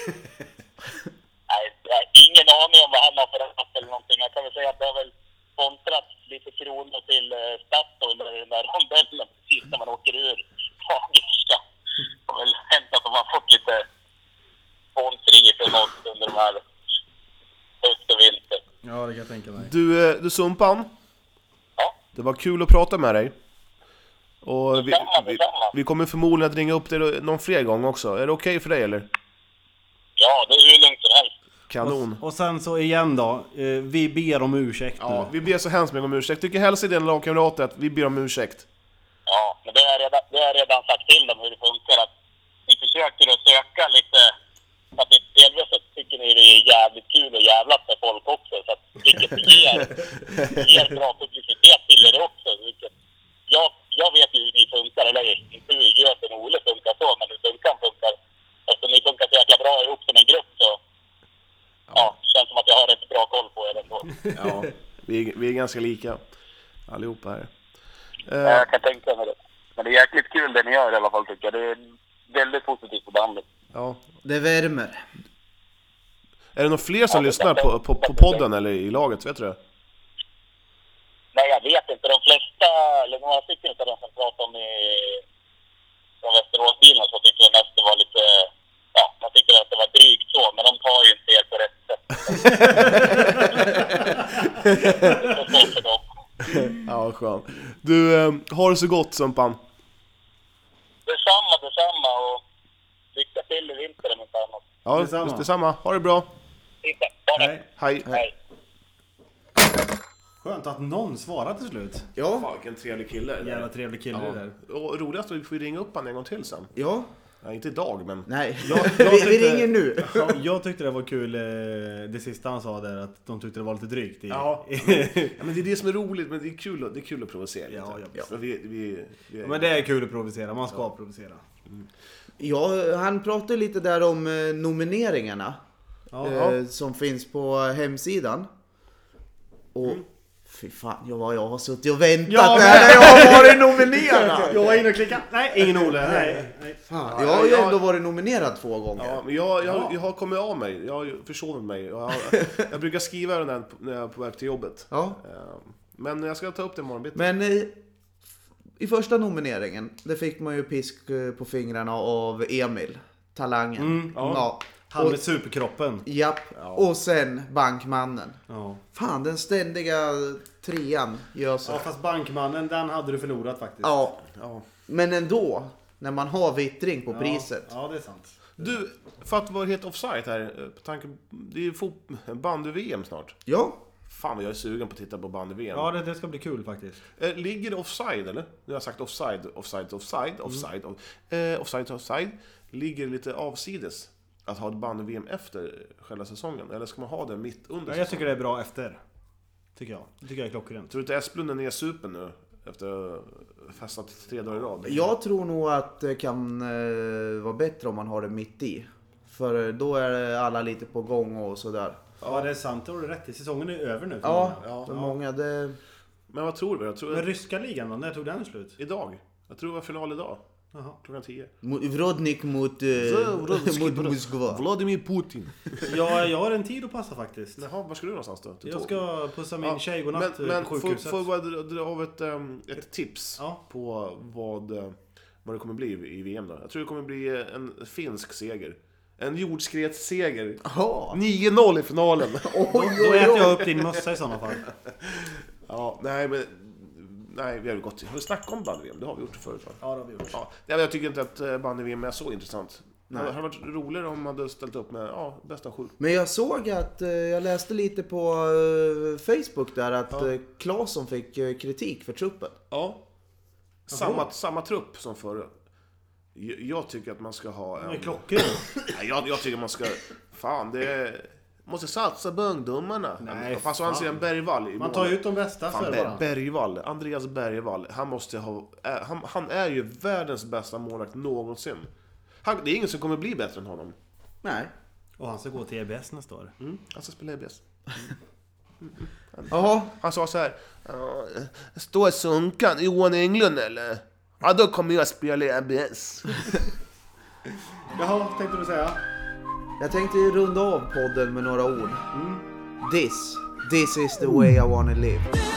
[SPEAKER 8] Nej, jag har ingen aning om vad han har för rabatt eller någonting. Jag kan väl säga att det har väl kontrat lite kronor till eh, Statoil eller den där rondellen precis när man åker ur Fagersta. Det har väl hänt att de har fått lite sponsring från oss under de här höst och vinter.
[SPEAKER 2] Ja, det kan jag tänka mig.
[SPEAKER 3] Du, eh, du Sumpan.
[SPEAKER 8] Ja.
[SPEAKER 3] Det var kul att prata med dig. Och vi,
[SPEAKER 8] Detsamma,
[SPEAKER 3] vi,
[SPEAKER 8] detsamma.
[SPEAKER 3] vi kommer förmodligen att ringa upp dig någon fler gång också. Är det okej för dig eller?
[SPEAKER 8] Ja, det är hur lugnt som helst.
[SPEAKER 3] Kanon.
[SPEAKER 2] Och sen så igen då, eh, vi ber om ursäkt nu.
[SPEAKER 3] Ja, vi ber så hemskt mycket om ursäkt. Tycker hälsa din lagkamrater att vi ber om ursäkt.
[SPEAKER 8] Ja, men det har jag redan, det har jag redan sagt till dem hur det funkar. Att ni försöker att söka lite, att ni delvis så tycker ni det är jävligt kul och jävlat med folk också. Så att vilket ger, ger bra publicitet till er också. Vilket, jag, jag vet ju hur ni funkar, eller inte hur Göten och Ole funkar så, men hur funkar funkar. Eftersom ni funkar så jäkla bra ihop som en grupp så ja, det känns som att jag har rätt bra koll på er ändå.
[SPEAKER 3] Ja, vi, vi är ganska lika allihopa här.
[SPEAKER 8] Ja,
[SPEAKER 3] Eh,
[SPEAKER 8] jag kan tänka mig det. Men det är jäkligt kul det ni gör i alla fall tycker jag. Det är väldigt positivt på bandet.
[SPEAKER 3] ja.
[SPEAKER 4] Det värmer.
[SPEAKER 3] Är det några fler som lyssnar på, på, på podden eller i laget, vet du det?
[SPEAKER 8] Nej, jag vet inte. De flesta, eller några stycken av de som pratar om i från Västeråsbilen så tyckte jag mest det var lite, ja, man tyckte att det var drygt så, men de tar ju inte er på rätt sätt. Det är så för dem.
[SPEAKER 3] Ja, skönt. Du, eh, har det så gott, Sumpan.
[SPEAKER 8] Detsamma, detsamma och lycka till i vinter om inte annat.
[SPEAKER 3] Ja,
[SPEAKER 2] Detsamma.
[SPEAKER 3] detsamma. detsamma. Ha det bra.
[SPEAKER 8] Titta, ha det.
[SPEAKER 2] Nej.
[SPEAKER 3] Hej.
[SPEAKER 8] Hej.
[SPEAKER 2] Skönt att någon svarar till slut.
[SPEAKER 4] Ja,
[SPEAKER 3] Fan, vilken trevlig kille.
[SPEAKER 2] Jävla trevlig kille det där.
[SPEAKER 3] Ja. Och roligast är att vi får ringa upp han en gång till sen.
[SPEAKER 4] ja,
[SPEAKER 3] Ja, inte idag, men...
[SPEAKER 4] nej.
[SPEAKER 2] Jag- jag
[SPEAKER 4] vi, vi
[SPEAKER 2] tyckte-
[SPEAKER 4] ringer nu.
[SPEAKER 2] Ja, jag tyckte det var kul eh, det sista han sa där, att de tyckte det var lite drygt i,
[SPEAKER 3] Ja. Ja, men det är det som är roligt, men det är kul, att- det är kul att provocera lite.
[SPEAKER 2] Ja, ja.
[SPEAKER 3] Men vi, vi, vi,
[SPEAKER 2] Men det är kul att provocera, man ska provocera.
[SPEAKER 4] Ja, han pratade lite där om eh, nomineringarna
[SPEAKER 2] Ja,
[SPEAKER 4] eh, som finns på hemsidan. Och Fy fan, jag, var, jag har suttit och väntat
[SPEAKER 2] Ja,
[SPEAKER 4] när jag har varit nominerad.
[SPEAKER 2] Jag var inne och klickade. Nej, ingen Ole. Nej. Nej.
[SPEAKER 4] Fan, jag har ju ändå varit nominerad två gånger.
[SPEAKER 3] Ja, men jag, jag, jag har kommit av mig. Jag har försovit mig. Jag, har, jag brukar skriva den här när jag är på väg till jobbet.
[SPEAKER 4] Ja.
[SPEAKER 3] Men jag ska ta upp det imorgon bitti.
[SPEAKER 4] Men i, i första nomineringen, det fick man ju pisk på fingrarna av Emil, talangen.
[SPEAKER 2] Mm, ja.
[SPEAKER 4] Ja.
[SPEAKER 2] Han med
[SPEAKER 4] Och,
[SPEAKER 2] superkroppen.
[SPEAKER 4] japp. Och sen Bankmannen.
[SPEAKER 2] Ja.
[SPEAKER 4] Fan, den ständiga trean gör så.
[SPEAKER 2] Ja, fast Bankmannen, den hade du förlorat faktiskt.
[SPEAKER 4] Ja,
[SPEAKER 3] Ja.
[SPEAKER 4] men ändå, när man har vittring på priset.
[SPEAKER 2] Ja, det är sant.
[SPEAKER 3] Du, för att vara helt offside här, på tanke, det är ju fot- bandy-V M snart.
[SPEAKER 4] Ja,
[SPEAKER 3] Fan vad jag är sugen på att titta på bandy-V M.
[SPEAKER 2] Ja, det, det ska bli kul faktiskt.
[SPEAKER 3] Eh, Ligger det offside eller? Nu har jag sagt offside, offside, offside, offside, off, eh, offside, offside. Ligger det lite avsides att ha ett bandy-V M efter själva säsongen? Eller ska man ha det mitt under
[SPEAKER 2] Ja,
[SPEAKER 3] säsongen?
[SPEAKER 2] jag tycker det är bra efter. Tycker jag. Det tycker jag är klockrent.
[SPEAKER 3] Tror du inte Esplund är nedsupen nu? Efter att ha festat tre dagar i rad?
[SPEAKER 4] jag tror nog att det kan eh, vara bättre om man har det mitt i. För då är alla lite på gång och sådär.
[SPEAKER 2] Ja, det är sant. Det har du rätt i. Säsongen är över nu. för
[SPEAKER 4] Ja,
[SPEAKER 2] många.
[SPEAKER 3] Ja,
[SPEAKER 4] för
[SPEAKER 3] ja.
[SPEAKER 4] många det...
[SPEAKER 3] Men vad tror du? Jag tror
[SPEAKER 2] Men ryska ligan då? När tog den slut?
[SPEAKER 3] idag. Jag tror det var final idag.
[SPEAKER 2] Jaha.
[SPEAKER 3] Klockan tio.
[SPEAKER 4] Mo- Vrodnik mot, eh, mot Moskva.
[SPEAKER 3] Vladimir Putin.
[SPEAKER 2] Ja, jag har en tid att passa faktiskt.
[SPEAKER 3] Jaha, var ska du någonstans då? Till
[SPEAKER 2] Jag
[SPEAKER 3] tåg?
[SPEAKER 2] ska pussa min
[SPEAKER 3] Ja,
[SPEAKER 2] tjej godnatt
[SPEAKER 3] men, men
[SPEAKER 2] på
[SPEAKER 3] får,
[SPEAKER 2] sjukhuset.
[SPEAKER 3] får jag bara dra, dra av ett, um, ett tips
[SPEAKER 2] Ja.
[SPEAKER 3] på vad, eh, vad det kommer bli i V M då. Jag tror det kommer bli en finsk seger. En jordskredsseger.
[SPEAKER 4] Ja.
[SPEAKER 3] nio noll i finalen.
[SPEAKER 2] Då, då äter jag upp din mössa i sådana fall.
[SPEAKER 3] Ja, nej men... Nej, vi har ju gått... Har vi snackat om bandy-V M? Det har vi gjort förut va?
[SPEAKER 2] Ja, det har vi gjort.
[SPEAKER 3] Ja, nej, men jag tycker inte att eh, bandy-V M är så intressant. Det
[SPEAKER 4] Nej.
[SPEAKER 3] hade varit roligare om man hade ställt upp med ja, bästa sju.
[SPEAKER 4] Men jag såg att, eh, jag läste lite på eh, Facebook där att
[SPEAKER 3] Ja.
[SPEAKER 4] eh, Claesson fick eh, kritik för truppen.
[SPEAKER 3] Ja. Samma, samma trupp som förr. Jag, jag tycker att man ska ha en...
[SPEAKER 2] Med klockor.
[SPEAKER 3] Nej, jag, jag tycker man ska... Fan, det är... Måste satsa på ungdomarna.
[SPEAKER 2] Nej,
[SPEAKER 3] Fast å andra sidan Bergvall i
[SPEAKER 2] Man tar ju ut de bästa
[SPEAKER 3] Fan,
[SPEAKER 2] för
[SPEAKER 3] Ber-
[SPEAKER 2] varandra.
[SPEAKER 3] Bergvall, Andreas Bergvall, han måste ha... Är, han, han är ju världens bästa målvakt någonsin. Han, det är ingen som kommer bli bättre än honom.
[SPEAKER 4] Nej.
[SPEAKER 2] Och han ska gå till E B S nästa år.
[SPEAKER 3] Mm, han ska spela E B S.
[SPEAKER 4] Jaha,
[SPEAKER 3] Han sa så här: "Ja, står Sunkan, Johan Englund eller? Ja, då kommer jag spela E B S.
[SPEAKER 2] Jaha, tänkte du säga?
[SPEAKER 4] jag tänkte runda av podden med några ord. This, this is the way I wanna live.